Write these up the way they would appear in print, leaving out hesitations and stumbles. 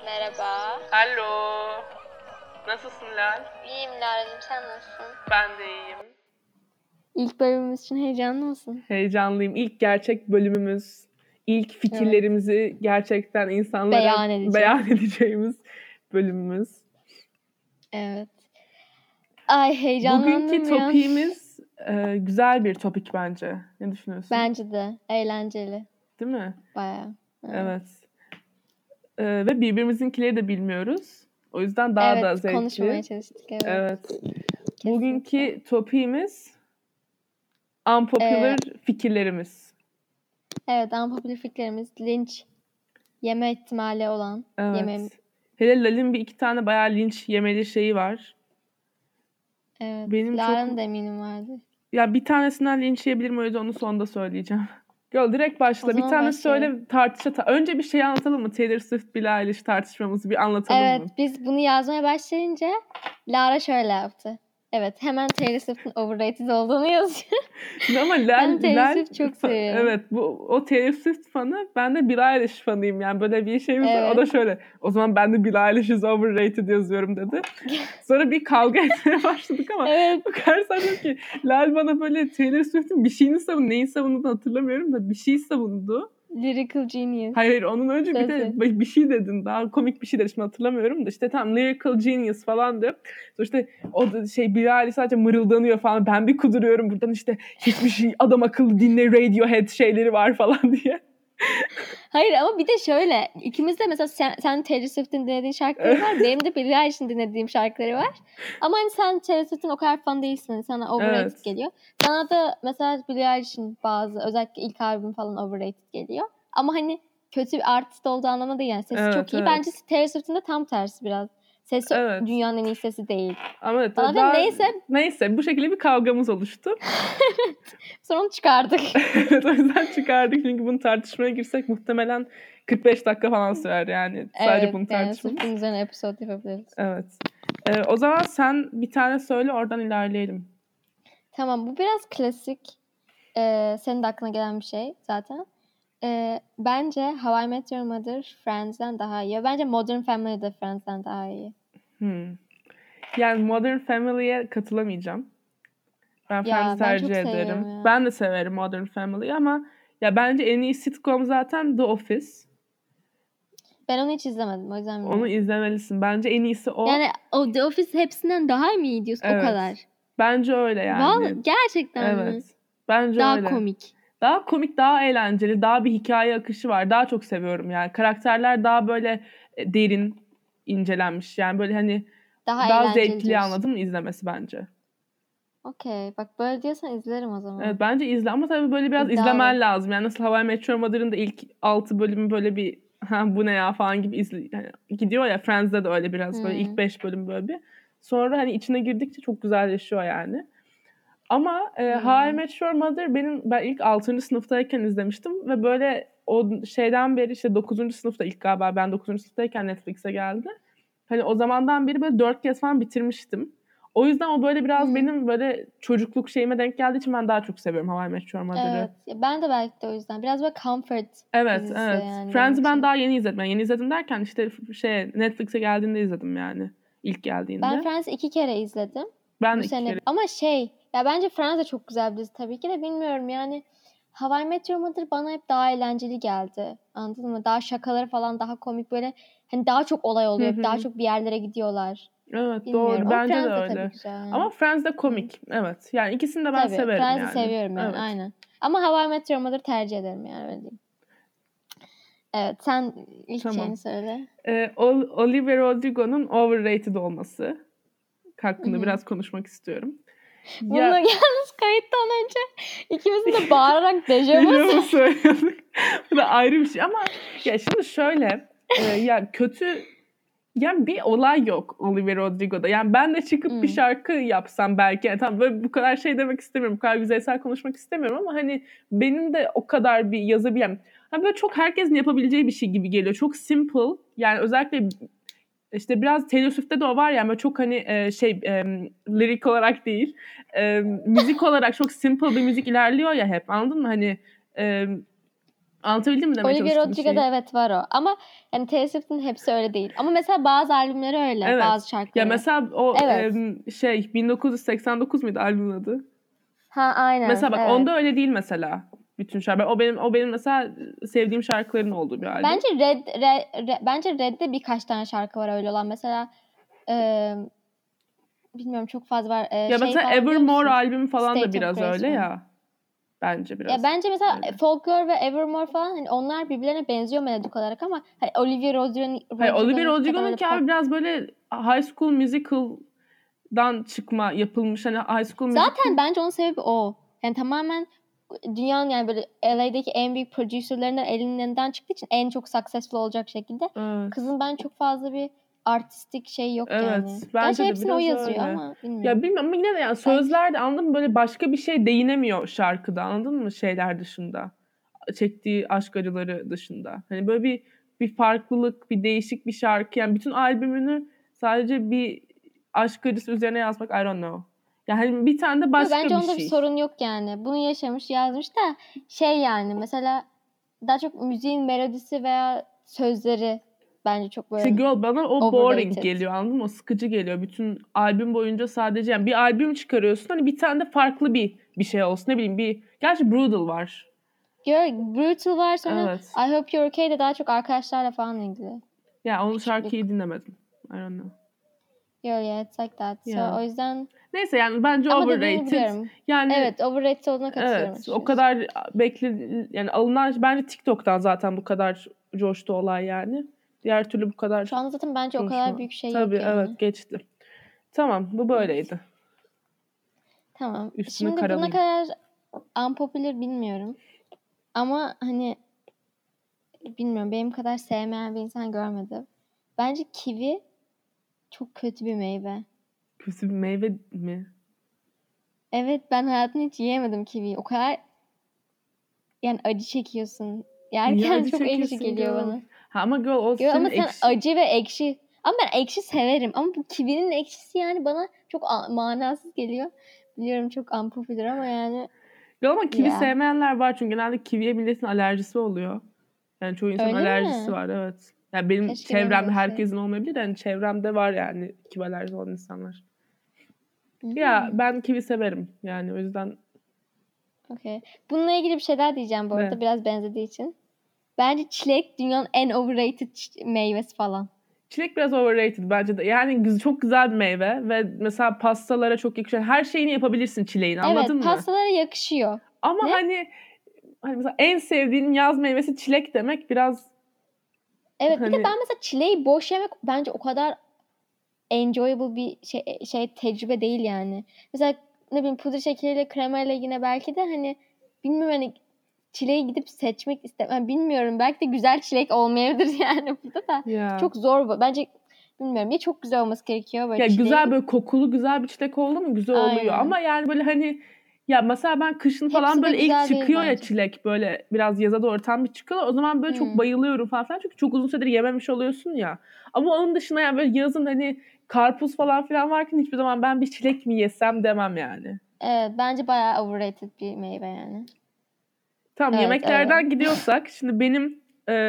Merhaba. Alo. Nasılsın Lal? İyiyim Lara'cığım, sen nasılsın? Ben de iyiyim. İlk bölümümüz için heyecanlı mısın? Heyecanlıyım. İlk gerçek bölümümüz. İlk fikirlerimizi gerçekten insanlara beyan edeceğimiz bölümümüz. Evet. Ay heyecanlandım Bugünkü topiğimiz güzel bir topik bence. Ne düşünüyorsun? Bence de. Eğlenceli. Değil mi? Bayağı. Evet. Ve birbirimizinkileri de bilmiyoruz. O yüzden daha da zevkli. Evet, konuşmaya çalıştık. Evet. Bugünkü topiğimiz unpopular fikirlerimiz. Evet, unpopular fikirlerimiz linç yeme ihtimali olan. Evet. Hele Lal'in bir iki tane bayağı linç yemeli şeyi var. Evet. Benim Lara'nın da eminim vardı. Ya bir tanesinden linç yiyebilirim, o yüzden onu sonda söyleyeceğim. Gel direkt başla. Bir tane başlayalım. söyle, Önce bir şey anlatalım mı? Taylor Swift Billie Eilish tartışmamızı bir anlatalım mı? Evet, biz bunu yazmaya başlayınca Lara şöyle yaptı. Evet, hemen Taylor Swift'in overrated olduğunu yazıyor. Ama ben Taylor Swift çok seviyorum. Evet, o Taylor Swift fanı, ben de Billie Eilish fanıyım. Yani böyle bir şeyimiz var. O da şöyle, o zaman ben de Billie Eilish is overrated yazıyorum dedi. Sonra bir kavga etmeye başladık ama bakarsan diyor ki Lal bana böyle Taylor Swift'in bir şeyini neyin savunduğunu hatırlamıyorum da bir şey savundu. Lyrical Genius. Hayır, onun önce bir de bir şey dedin, daha komik bir şey dedi, şimdi hatırlamıyorum da işte tam Lyrical Genius falan diyor. Sonra işte o da Billie Eilish sadece mırıldanıyor falan, ben bir kuduruyorum buradan işte hiçbir şey adam akıllı dinle, Radiohead şeyleri var falan diye. Hayır ama bir de şöyle, ikimiz de mesela sen Taylor Swift'in dinlediğin şarkıları var, benim de Billie Eilish'in dinlediğim şarkıları var. Ama hani sen Taylor Swift'in o kadar fan değilsin, sana overrated geliyor. Sana da mesela Billie Eilish'in bazı, özellikle ilk albüm falan overrated geliyor. Ama hani kötü bir artist olduğu anlamında değil yani, sesi çok iyi. Bence Taylor Swift'in de tam tersi biraz. Sesi dünyanın en iyi sesi değil. Ama neyse bu şekilde bir kavgamız oluştu. Sonra onu çıkardık. Evet, o yüzden çıkardık çünkü bunu tartışmaya girsek muhtemelen 45 dakika falan sürer yani. Sadece bunu tartışmamız. Evet, bunun üzerine episode yapabiliriz. Evet. O zaman sen bir tane söyle, oradan ilerleyelim. Tamam, bu biraz klasik. Senin de aklına gelen bir şey zaten. Bence How I Met Your Mother Friends'den daha iyi. Bence Modern Family de Friends'den daha iyi. Yani Modern Family'ye katılamayacağım. Ben Friends'i tercih ederim. Ya. Ben de severim Modern Family'yi ama ya bence en iyi sitcom zaten The Office. Ben onu hiç izlemedim, o yüzden bilmiyorum. Onu izlemelisin. Bence en iyisi o. Yani o The Office hepsinden daha mı iyi diyorsun? Evet. O kadar. Bence öyle yani. Vallahi gerçekten mi? Evet. Bence daha öyle. Daha komik. Daha komik, daha eğlenceli, daha bir hikaye akışı var. Daha çok seviyorum yani. Karakterler daha böyle derin incelenmiş. Yani böyle hani daha zevkli diyorsun. Anladın mı izlemesi bence. Okey. Bak böyle diyorsan izlerim o zaman. Evet, bence izle ama tabii böyle biraz izlemen lazım. Yani nasıl How I Met Your Mother'ın da ilk 6 bölümü böyle bir bu ne ya falan gibi yani gidiyor ya, Friends'de de öyle biraz böyle ilk 5 bölüm böyle bir. Sonra hani içine girdikçe çok güzelleşiyor yani. Ama How I Met Your Mother ben ilk 6. sınıftayken izlemiştim ve böyle o şeyden beri işte 9. sınıfta ilk galiba ben 9. sınıftayken Netflix'e geldi. Hani o zamandan beri böyle 4 kez falan bitirmiştim. O yüzden o böyle biraz benim böyle çocukluk şeyime denk geldiği için ben daha çok seviyorum How I Met Your Mother'ı. Evet. Ben de belki de o yüzden. Biraz böyle comfort dizisi yani. Friends'i ben daha yeni izledim. Yani yeni izledim derken işte Netflix'e geldiğinde izledim yani. İlk geldiğinde. Ben Friends'i 2 kere izledim. Ben de 2 kere. Ama ya bence Friends de çok güzel bir dizi tabii ki de, bilmiyorum yani. How I Met Your Mother bana hep daha eğlenceli geldi. Anladın mı? Daha şakaları falan daha komik, böyle hani daha çok olay oluyor. Daha çok bir yerlere gidiyorlar. Evet, bilmiyorum. Doğru. Bence de öyle. Tabii güzel yani. Ama Friends de komik. Evet. Yani ikisini de ben severim Friends'i yani. seviyorum yani. Evet. Aynen. Ama How I Met Your Mother tercih ederim yani, öyle diyeyim. Evet, sen ilk şeyini söyle. Olivia Rodrigo'nun overrated olması hakkında biraz konuşmak istiyorum. Bunu yalnız kayıttan önce ikimizin de bağırarak dejavu söylüyorduk. Bu da ayrı bir şey ama ya şimdi şöyle ya kötü, yani bir olay yok Olivia Rodrigo'da. Yani ben de çıkıp bir şarkı yapsam belki, yani tamam böyle bu kadar şey demek istemiyorum, bu kadar yüzeysel konuşmak istemiyorum ama hani benim de o kadar bir yazabilmem. Hani böyle çok herkesin yapabileceği bir şey gibi geliyor. Çok simple. Yani özellikle işte biraz Taylor Swift'te de o var ya, ama çok hani lirik olarak değil, müzik olarak çok simple bir müzik ilerliyor ya hep, anladın mı? Hani Anlatabildim mi demeye Olivia çalıştığım şeyi? Rodrigo'da evet var o. Ama yani Taylor Swift'in hepsi öyle değil. Ama mesela bazı albümleri öyle. Evet. Bazı şarkıları. Ya mesela o Evet. 1989 muydu albümün adı? Ha aynen. Mesela bak evet. onda öyle değil mesela. Bütün şarkılar. O benim mesela sevdiğim şarkıların olduğu bir albüm. Bence Red'de birkaç tane şarkı var öyle olan. Mesela bilmiyorum çok fazla var. Ya mesela falan biliyor Evermore musun? albümü falan State da of biraz Grace öyle mi? ya. Bence biraz. Ya bence mesela öyle. Folklore ve Evermore falan hani onlar birbirlerine benziyor melodik olarak ama hani Olivia Rodrigo'nunki abi biraz böyle High School Musical'dan çıkma yapılmış. Hani High School Musical. Zaten bence onun sebebi o. Yani tamamen dünyanın yani böyle LA'deki en büyük prodüserlerinden elinden çıktığı için en çok successful olacak şekilde. Evet. Kızın ben çok fazla bir artistik şey yok Evet, yani. bence Gerçi de hepsini o biraz yazıyor öyle. ama bilmiyorum. Ya bilmiyorum ama yine de yani sözler de anladın mı? Böyle başka bir şey değinemiyor şarkıda anladın mı? Şeyler dışında. Çektiği aşk acıları dışında. Hani böyle bir farklılık, bir değişik bir şarkı. Yani bütün albümünü sadece bir aşk acısı üzerine yazmak I don't know. Yani bir tane de başka bence bir onda bir şey. sorun yok yani. Bunu yaşamış yazmış da şey yani mesela daha çok müziğin melodisi veya sözleri bence çok böyle İşte girl bana o overrated. boring geliyor anladın mı? O sıkıcı geliyor. Bütün albüm boyunca sadece yani bir albüm çıkarıyorsun hani bir tane de farklı bir şey olsun. Ne bileyim gerçi Brutal var. Brutal var sonra Evet. I Hope You're Okay de daha çok arkadaşlarla falan ilgili. Ya onu şarkıyı dinlemedim. I don't know. Yeah, it's like that. Yeah. So o yüzden neyse yani bence ama dediğini overrated. biliyorum. Yani Evet, overrated olduğuna katılıyorum. evet o kadar yani alınan bence TikTok'tan zaten bu kadar coştu olay yani. Diğer türlü bu kadar Şu anda zaten bence o coşma. kadar büyük şey Tabii yok yani. evet geçti. Tamam bu böyleydi. Tamam. Üstünü Şimdi buna karalayayım. kadar unpopular bilmiyorum. Ama hani bilmiyorum benim kadar sevmeyen bir insan görmedim. Bence kivi çok kötü bir meyve. Kötü bir meyve mi? Evet ben hayatımda hiç yiyemedim kiviyi. O kadar yani acı çekiyorsun. Niye Yerken acı çok ekşi çekiyorsun geliyor girl? bana. Ha ama girl o senin Ama sen ekşi. acı ve ekşi. Ama ben ekşi severim. Ama bu kivinin ekşisi yani bana çok manasız geliyor. Biliyorum çok unpopular ama yani. Girl ama kivi Yeah. sevmeyenler var çünkü genelde kiviye milletin alerjisi oluyor. Yani çoğu insanın Öyle alerjisi mi? var evet. Yani benim Keşke benim de çevremde olsaydı. herkesin olmayabilir de yani çevremde var yani kivi alerjisi olan insanlar. Ya ben kivi severim yani o yüzden. Okay. Bununla ilgili bir şeyler diyeceğim bu arada. Ne? Biraz benzediği için. Bence çilek dünyanın en overrated meyvesi falan. Çilek biraz overrated bence de. Yani çok güzel bir meyve ve mesela pastalara çok yakışıyor. Her şeyini yapabilirsin çileğin anladın mı? Evet pastalara yakışıyor. Ama Ne? hani mesela en sevdiğin yaz meyvesi çilek demek biraz Evet hani. bir de ben mesela çileği boş yemek bence o kadar enjoyable bir şey tecrübe değil yani. Mesela ne bileyim pudra şekeriyle kremayla yine belki de hani bilmiyorum hani çileği gidip seçmek istemem. Bilmiyorum belki de güzel çilek olmayabilir yani burada da. Yeah. Çok zor bu. Bence bilmiyorum ya çok güzel olması gerekiyor böyle Ya çileğin. güzel böyle kokulu güzel bir çilek oldu mu güzel oluyor. Aynen. Ama yani böyle hani ya mesela ben kışın falan Hepsi de böyle ilk güzel değil çıkıyor ya bence. çilek böyle biraz yaza doğru tam bir çıkıyor. O zaman böyle çok bayılıyorum falan filan. Çünkü çok uzun süredir yememiş oluyorsun ya. Ama onun dışında yani böyle yazın hani karpuz falan filan varken hiçbir zaman ben bir çilek mi yesem demem yani. Evet bence bayağı overrated bir meyve yani. Tamam Evet, yemeklerden öyle. gidiyorsak şimdi benim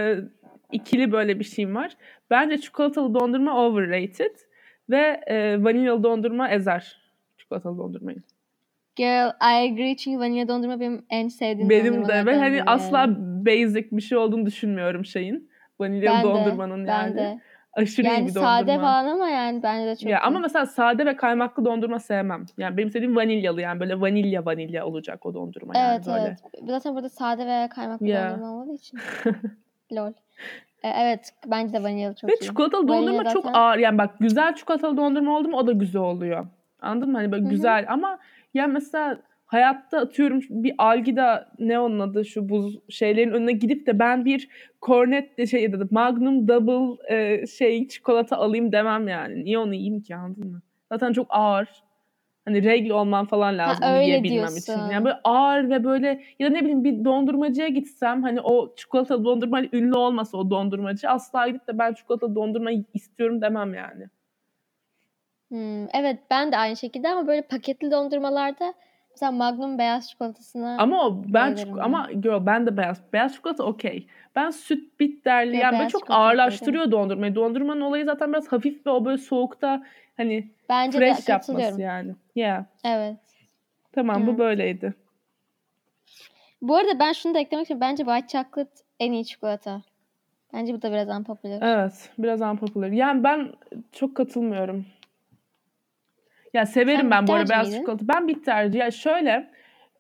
ikili böyle bir şeyim var. Bence çikolatalı dondurma overrated ve vanilyalı dondurma ezer çikolatalı dondurmayı. Girl, I agree çünkü vanilya dondurma benim en sevdiğim Benim de ve dondurmalardan hani biri asla yani. basic bir şey olduğunu düşünmüyorum şeyin. Vanilyalı dondurmanın Ben yani. de. Aşırı iyi Yani bir sade dondurma. falan ama yani bence de çok Ya ama iyi. mesela sade ve kaymaklı dondurma sevmem. Yani benim sevdiğim vanilyalı yani böyle vanilya olacak o dondurma yani Evet böyle. evet. Zaten burada sade veya kaymaklı dondurma olmadığı için. Lol. Evet bence de vanilyalı çok Ve iyi. çikolatalı Vanilya dondurma çok zaten. ağır. Yani bak güzel çikolatalı dondurma oldu mu o da güzel oluyor. Anladın mı? Hani böyle güzel ama ya mesela hayatta atıyorum bir Algida ne onun adı şu buz şeylerin önüne gidip de ben bir Cornet şey ya da Magnum Double çikolata alayım demem yani. Niye onu yiyeyim ki anladın mı? Zaten çok ağır. Hani regl olman falan lazım onu Öyle yiyebilmem için. Yani diyorsun. böyle ağır ve böyle ya da ne bileyim bir dondurmacıya gitsem hani o çikolatalı dondurma hani ünlü olmasa o dondurmacı asla gidip de ben çikolatalı dondurma istiyorum demem yani. Evet ben de aynı şekilde ama böyle paketli dondurmalarda Mesela Magnum beyaz çikolatasına Ama bayılırım ben. ama ben de beyaz çikolata okey. Ben süt bitterli yani böyle Beyaz çok çikolata okey, değil mi? ağırlaştırıyor dondurmayı. Dondurmanın olayı zaten biraz hafif ve o böyle soğukta hani Bence de fresh yapması katılıyorum. yani. Yeah. Evet. Tamam bu Evet. böyleydi. Bu arada ben şunu da eklemek istiyorum. Bence white chocolate en iyi çikolata. Bence bu da biraz unpopular. Evet, biraz unpopular. Yani ben çok katılmıyorum. Ya severim Sen ben bu arada bitterci beyaz miydin? çikolata. Ben bitterci. Ya şöyle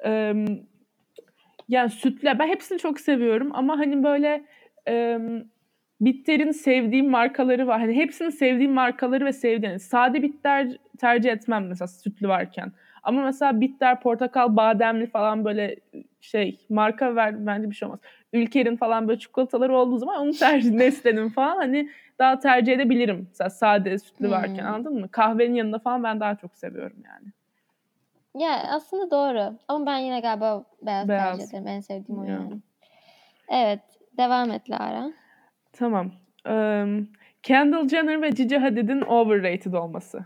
yani sütle ben hepsini çok seviyorum ama hani böyle Bitter'in sevdiğim markaları var. Hani hepsini sevdiğim markaları ve sevdiğim. Sade bitter tercih etmem mesela sütlü varken. Ama mesela bitter, portakal, bademli falan böyle marka ver bence bir şey olmaz. Ülker'in falan böyle çikolataları olduğu zaman onu tercih Nestle'nin falan hani daha tercih edebilirim. Mesela sade sütlü varken anladın mı? Kahvenin yanında falan ben daha çok seviyorum yani. Ya aslında doğru. Ama ben yine galiba beyaz tercih ederim. En sevdiğim o yani. Evet. Devam et Lara. Tamam. Kendall Jenner ve Gigi Hadid'in overrated olması.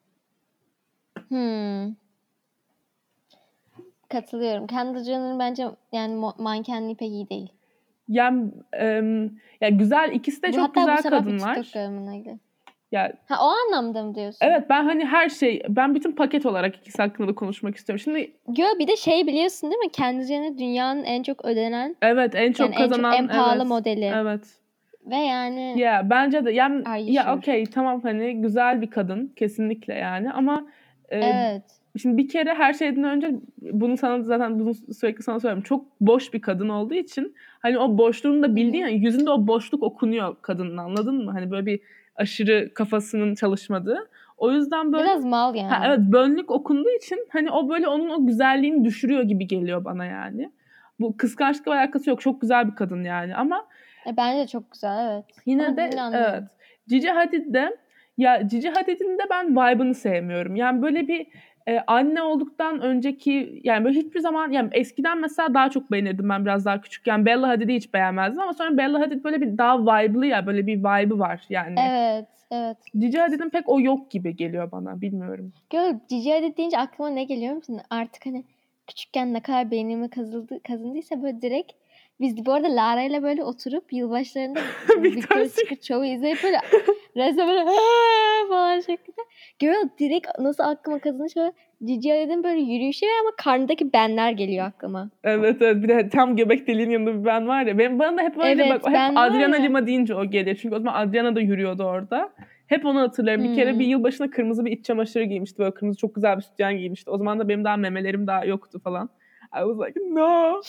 Katılıyorum. Kendall Jenner'ın bence yani mankenliği pek iyi değil. Yani ya güzel ikisi de çok güzel kadınlar. TikTok görümüne ilgili. Ya o anlamda mı diyorsun? Evet ben hani ben bütün paket olarak ikisi hakkında da konuşmak istiyorum. Şimdi bir de biliyorsun değil mi? Kendall Jenner dünyanın en çok ödenen. Evet en çok kazanan en pahalı modeli. Evet. Ve yani ya bence de sure? okey tamam hani güzel bir kadın kesinlikle yani ama evet. Şimdi bir kere her şeyden önce bunu sürekli sana söylüyorum. Çok boş bir kadın olduğu için hani o boşluğunu da bildiğin yani yüzünde o boşluk okunuyor kadının anladın mı? Hani böyle bir aşırı kafasının çalışmadığı. O yüzden böyle biraz mal yani. Evet bönlük okunduğu için hani o böyle onun o güzelliğini düşürüyor gibi geliyor bana yani. Bu kıskançlıkla alakası yok. Çok güzel bir kadın yani ama bence de çok güzel evet. Yine ama de evet. Gigi Hadid'in de ben vibe'ını sevmiyorum. Yani böyle bir anne olduktan önceki yani böyle hiçbir zaman yani eskiden mesela daha çok beğenirdim ben biraz daha küçükken. Bella Hadid'i hiç beğenmezdim ama sonra Bella Hadid böyle bir daha vibe'lı ya böyle bir vibe'ı var yani. Evet. Gigi Hadid'in pek o yok gibi geliyor bana bilmiyorum. Gigi Hadid deyince aklıma ne geliyor musun? Artık hani küçükken ne kadar beynime kazındıysa böyle direkt biz bu arada Lara ile böyle oturup yılbaşlarında Victoria's Secret Show'u izleyip böyle resmen böyle falan şeklinde. Direkt nasıl aklıma kazındı şöyle Gigi Hadid'in böyle yürüyüşü ama karnındaki benler geliyor aklıma. Evet bir de tam göbek deliğinin yanında bir ben var ya. Bana da hep öyle bak hep Adriana Lima deyince o geliyor. Çünkü o zaman Adriana da yürüyordu orada. Hep onu hatırlarım. Bir kere bir yılbaşına kırmızı bir iç çamaşırı giymişti. Böyle kırmızı çok güzel bir sütyen giymişti. O zaman da benim daha memelerim daha yoktu falan. I was like no.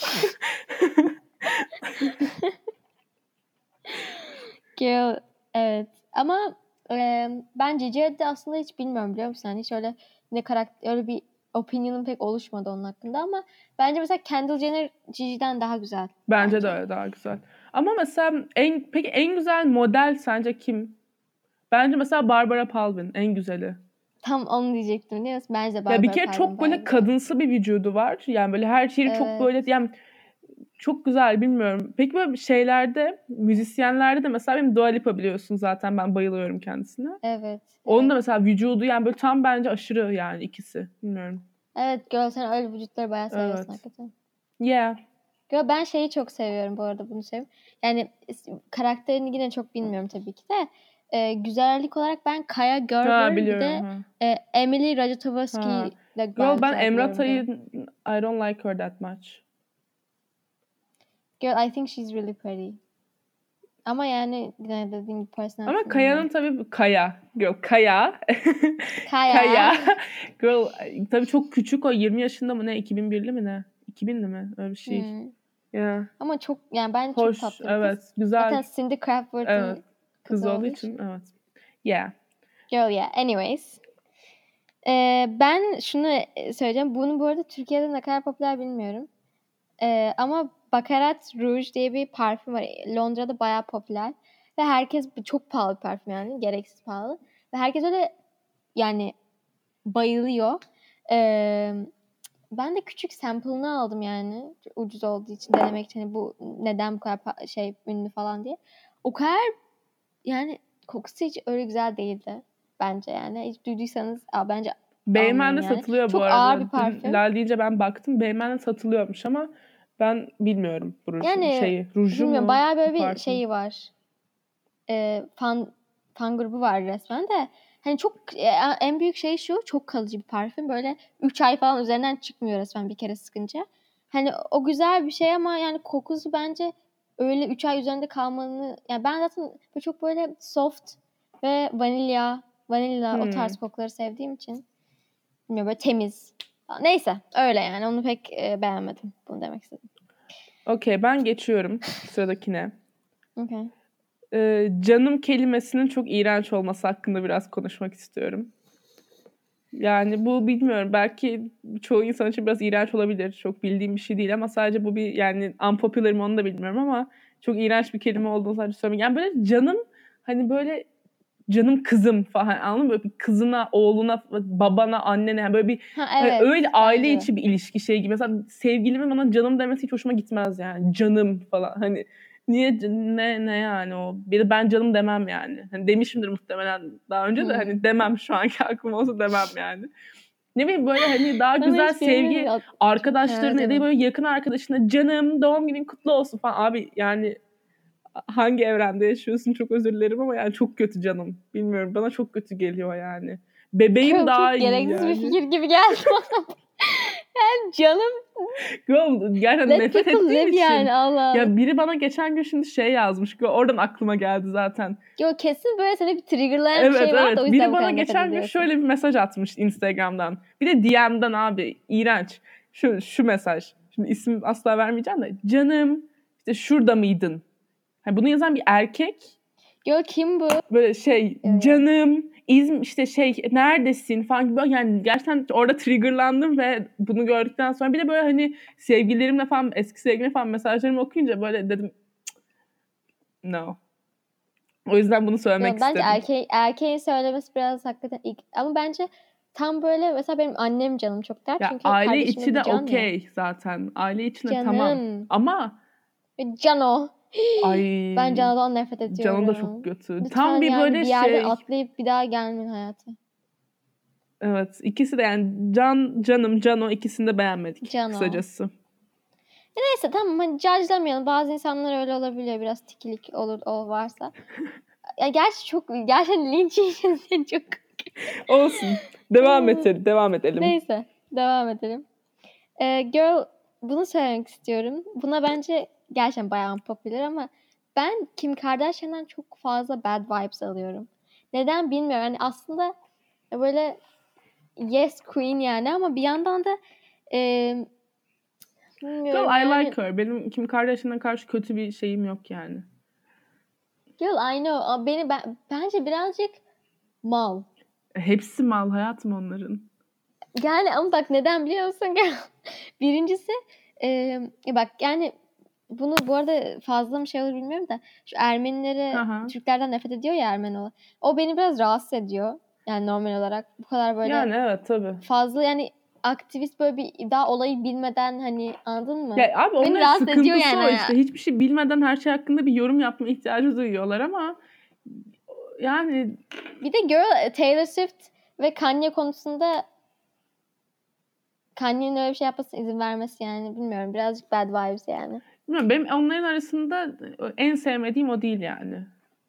Evet. Ama ben Gigi Hadid'i aslında hiç bilmiyorum biliyor musun? Hiç öyle öyle bir opinion'um pek oluşmadı onun hakkında ama bence mesela Kendall Jenner Gigi'den daha güzel. Bence de öyle daha güzel. Ama mesela peki en güzel model sence kim? Bence mesela Barbara Palvin en güzeli. Tam onu diyecektim değil mi? Bence de Barbara Ya bir kere Palvin çok böyle kadınsı bir vücudu var. Yani böyle her şeyi çok böyle yani çok güzel bilmiyorum. Peki böyle şeylerde müzisyenlerde de mesela benim Dua Lipa biliyorsun zaten ben bayılıyorum kendisine. Evet. Onun da mesela vücudu yani böyle tam bence aşırı yani ikisi. Bilmiyorum. Evet sen öyle vücutları bayağı seviyorsun hakikaten. Yeah. Ben şeyi çok seviyorum bu arada bunu seviyorum. Yani karakterini yine çok bilmiyorum tabii ki de. Güzellik olarak ben Kaya Gerber bir de Emily Ratajkowski ile Girl ben Emrata'yı I don't like her that much. Girl I think she's really pretty. Ama yani yine dediğim gibi personality. Ama Kaya'nın tabii Kaya. Girl Kaya. Kaya. Girl tabii çok küçük o 20 yaşında mı ne 2001'li mi ne? 2000'li mi? Öyle bir şey. Yeah. Ama çok yani ben çok tatlı bir evet, kız. güzel. Zaten Cindy Crawford'ın kızı olduğu için. Evet. Yeah. Girl yeah. Anyways. Ben şunu söyleyeceğim. Bunu bu arada Türkiye'de ne kadar popüler bilmiyorum. Ama Baccarat Rouge diye bir parfüm var. Londra'da bayağı popüler. Ve herkes çok pahalı bir parfüm yani. Gereksiz pahalı. Ve herkes öyle yani bayılıyor. Ben de küçük sample'ını aldım yani. Ucuz olduğu için denemek için. Hani bu neden bu kadar ünlü falan diye. O kadar yani kokusu hiç öyle güzel değildi. Bence yani. Hiç duyduysanız bence Beymen'de yani. satılıyor bu Çok arada. ağır bir parfüm. Lal deyince ben baktım. Beymen'de satılıyormuş ama ben bilmiyorum bu ruju. Yani Ruju bilmiyorum, mu? bayağı böyle bir Parfüm. şeyi var. Fan grubu var resmen de. Hani çok en büyük şey şu, çok kalıcı bir parfüm. Böyle 3 ay falan üzerinden çıkmıyor resmen bir kere sıkınca. Hani o güzel bir şey ama yani kokusu bence öyle 3 ay üzerinde kalmanı, yani ben zaten çok böyle soft ve vanilya o tarz kokuları sevdiğim için bilmiyorum, böyle temiz. Neyse öyle yani, onu pek beğenmedim. Bunu demek istedim. Okey, ben geçiyorum sıradakine. Okay. Canım kelimesinin çok iğrenç olması hakkında biraz konuşmak istiyorum. Yani bu bilmiyorum, belki çoğu insan için biraz iğrenç olabilir. Çok bildiğim bir şey değil ama sadece bu bir, yani unpopular mı onu da bilmiyorum ama çok iğrenç bir kelime olduğunu sadece söyleyeyim. Yani böyle canım, hani böyle canım kızım falan, anladın mı? Böyle bir kızına, oğluna, babana, annene, yani böyle bir Evet, hani öyle aile bence. içi bir ilişki şey gibi. Mesela sevgilimin bana canım demesi hiç hoşuma gitmez yani. Canım falan. Hani niye, ne yani o? Bir de ben canım demem yani. Hani demişimdir muhtemelen daha önce de hani demem, şu anki aklım olsa demem yani. Ne bileyim, böyle hani daha güzel sevgi arkadaşlarına ya da böyle yakın arkadaşına canım doğum günün kutlu olsun falan. Abi yani hangi evrende yaşıyorsun, çok özür dilerim ama yani çok kötü canım. Bilmiyorum, bana çok kötü geliyor yani. Bebeğim daha iyi yani. Gereksiz bir fikir gibi geldi bana. Yani canım. Girl, gerçekten nefret ettiğim için. Yani, Allah. Ya biri bana geçen gün şimdi şey yazmış. Oradan aklıma geldi zaten. Yo, kesin böyle seni bir triggerlayan bir şey var da o yüzden biri bu bana kadar nefret geçen gün ediyorsun. şöyle bir mesaj atmış Instagram'dan. Bir de DM'den abi. İğrenç. Şu mesaj. Şimdi isim asla vermeyeceğim de. Canım işte şurada mıydın? Yani bunu yazan bir erkek. Yo, kim bu? Böyle şey, canım işte şey, neredesin falan gibi. Yani gerçekten orada triggerlandım ve bunu gördükten sonra bir de böyle hani sevgililerimle falan, eski sevgilimle falan mesajlarımı okuyunca böyle dedim no. O yüzden bunu söylemek istedim. Bence erkeğin söylemesi biraz hakikaten ama bence tam böyle, mesela benim annem canım çok der. Ya Çünkü aile kardeşime içi de bir can okey zaten. Aile içinde Canım. tamam. Ama Cano. ay, Ben Cano'dan nefret ediyorum. Cano da çok kötü. Lütfen Tam bir yani böyle bir yerden şey. atlayıp bir daha gelmeyin hayata. Evet, ikisi de yani canım, Cano, ikisini de beğenmedik Cano. kısacası. Neyse tamam, hani judge'lamayalım. Bazı insanlar öyle olabiliyor. Biraz tikilik olur o varsa. Ya gerçekten linç yiyeceğiz çok. Olsun. Devam edelim. Neyse devam edelim. Girl, bunu söylemek istiyorum. Buna bence gerçekten bayağı popüler ama ben Kim Kardashian'dan çok fazla bad vibes alıyorum. Neden bilmiyorum. Yani aslında böyle yes queen yani ama bir yandan da bilmiyorum Girl, I yani. like her. Benim Kim Kardashian'a karşı kötü bir şeyim yok yani. Girl, I know. Bence birazcık mal. Hepsi mal hayatım onların. Yani ama bak neden biliyor musun? Birincisi bak yani bunu bu arada fazla mı şey olur bilmiyorum da şu Ermenileri, Türklerden nefret ediyor ya, Ermeni olan. O beni biraz rahatsız ediyor. Yani normal olarak bu kadar böyle yani evet tabii. fazla yani aktivist, böyle bir daha olayı bilmeden, hani anladın mı? Ya abi Beni onların rahatsız ediyor sıkıntısı yani. o işte. Hiçbir şey bilmeden her şey hakkında bir yorum yapma ihtiyacı duyuyorlar ama yani bir de Taylor Swift ve Kanye konusunda Kanye'nin öyle bir şey yapmasına izin vermesi, yani bilmiyorum, birazcık bad vibes yani. bilmiyorum, benim onların arasında en sevmediğim o değil yani.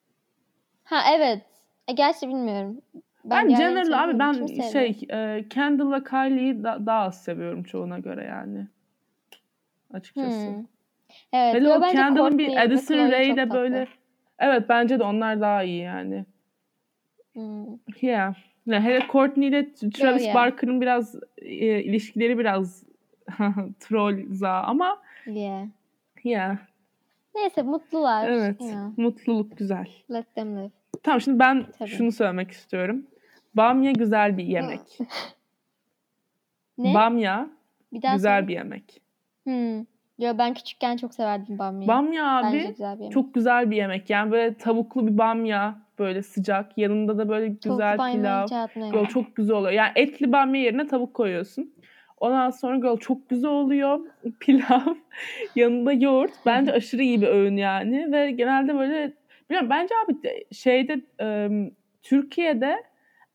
Ha evet. Gerçi bilmiyorum. Ben general abi, ben Kimi Kendall'la Kylie'yi daha az seviyorum çoğuna göre yani. Açıkçası. Evet. Hele o Bence Kendall'ın Courtney bir Addison Rae'yle böyle. Evet, bence de onlar daha iyi yani. Yeah. Hele Courtney ile Travis Barker'ın biraz ilişkileri biraz troll ama yeah. Neyse, mutlular. Evet. Mutluluk güzel. Let them live. Tamam, şimdi ben şunu söylemek istiyorum. Bamya güzel bir yemek. Ne? Bamya güzel bir yemek. Yo, ben küçükken çok severdim bamyayı. Bamya abi çok güzel bir yemek. Yani böyle tavuklu bir bamya, böyle sıcak. Yanında da böyle güzel pilav. Çok güzel oluyor. Yani etli bamya yerine tavuk koyuyorsun. Ondan sonra çok güzel oluyor. Pilav, yanında yoğurt. Bence aşırı iyi bir öğün yani. Ve genelde böyle, bilmiyorum, bence abi şeyde Türkiye'de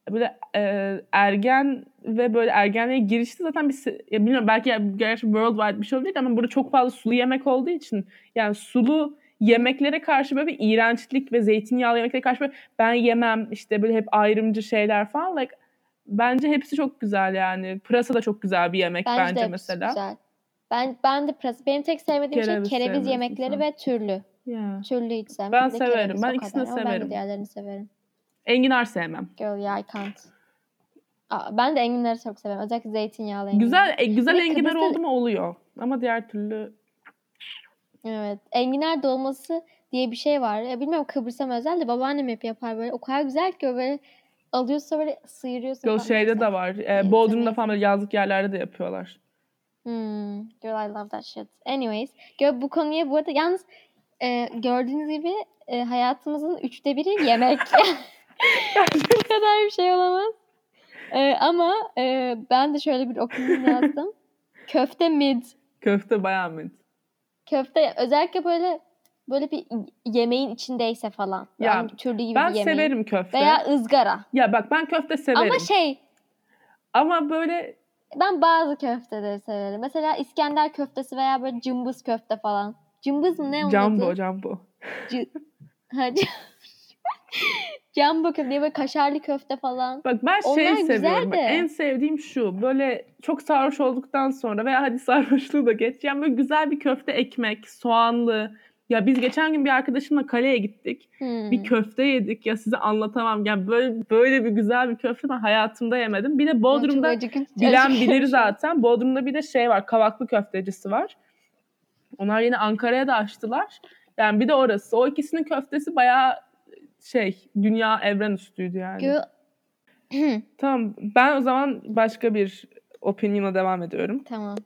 böyle ergen ve böyle ergenliğe girişti zaten ya bilmiyorum belki gerçi worldwide bir şey olabilir ama burada çok fazla sulu yemek olduğu için yani sulu yemeklere karşı böyle bir iğrençlik ve zeytinyağlı yemeklere karşı böyle ben yemem işte böyle hep ayrımcı şeyler falan like bence hepsi çok güzel yani. Pırasa da çok güzel bir yemek bence de mesela. Güzel. Ben de pırasa. Benim tek sevmediğim şey kereviz yemekleri sen. ve türlü. Yeah. Türlü hiç sevmem. Ben Bir de severim. kereviz, Ben o ikisini de kadar. Ama ben de severim. diğerlerini severim. Enginar sevmem. Girl yeah, I can't. Ben de enginarı çok severim. Özellikle zeytinyağlı enginar. Güzel enginar Kıbrıs'ta... oldu mu oluyor. Ama diğer türlü... Evet. Enginar dolması diye bir şey var. Ya bilmiyorum Kıbrıs'a mı özel de babaannem hep yapar böyle. O kadar güzel ki böyle alıyorsa böyle sıyırıyorsun. Girl şeyde de var. Bodrum'da falan böyle yazlık yerlerde de yapıyorlar. Girl I love that shit. Anyways. Girl bu konuya bu arada yalnız gördüğünüz gibi hayatımızın 1/3 yemek. Bu kadar bir şey olamaz. Ama ben de şöyle bir opinion yazdım. Köfte mid. Köfte bayağı mid. Köfte özellikle böyle bir yemeğin içindeyse falan. Ya, yani türlü gibi ben bir yemeğin. severim köfte. Veya ızgara. Ya bak ben köfte severim. Ama böyle... Ben bazı köfteleri severim. Mesela İskender köftesi veya böyle cımbız köfte falan. Cımbız mı ne onun adı? Jumbo. Jumbo köfte böyle kaşarlı köfte falan. Bak ben seviyorum. Bak, en sevdiğim şu. Böyle çok sarhoş olduktan sonra veya hadi sarhoşluğu da geç. Yani böyle güzel bir köfte ekmek, soğanlı. Ya biz geçen gün bir arkadaşımla kaleye gittik. Bir köfte yedik. Ya size anlatamam. Yani böyle bir güzel bir köfte ben hayatımda yemedim. Bir de Bodrum'da bilen bilir zaten. Bodrum'da bir de şey var. Kavaklı köftecisi var. Onlar yine Ankara'ya da açtılar. Yani bir de orası. O ikisinin köftesi bayağı dünya evren üstüydü yani. Tamam. Ben o zaman başka bir opinion'a devam ediyorum. Tamam.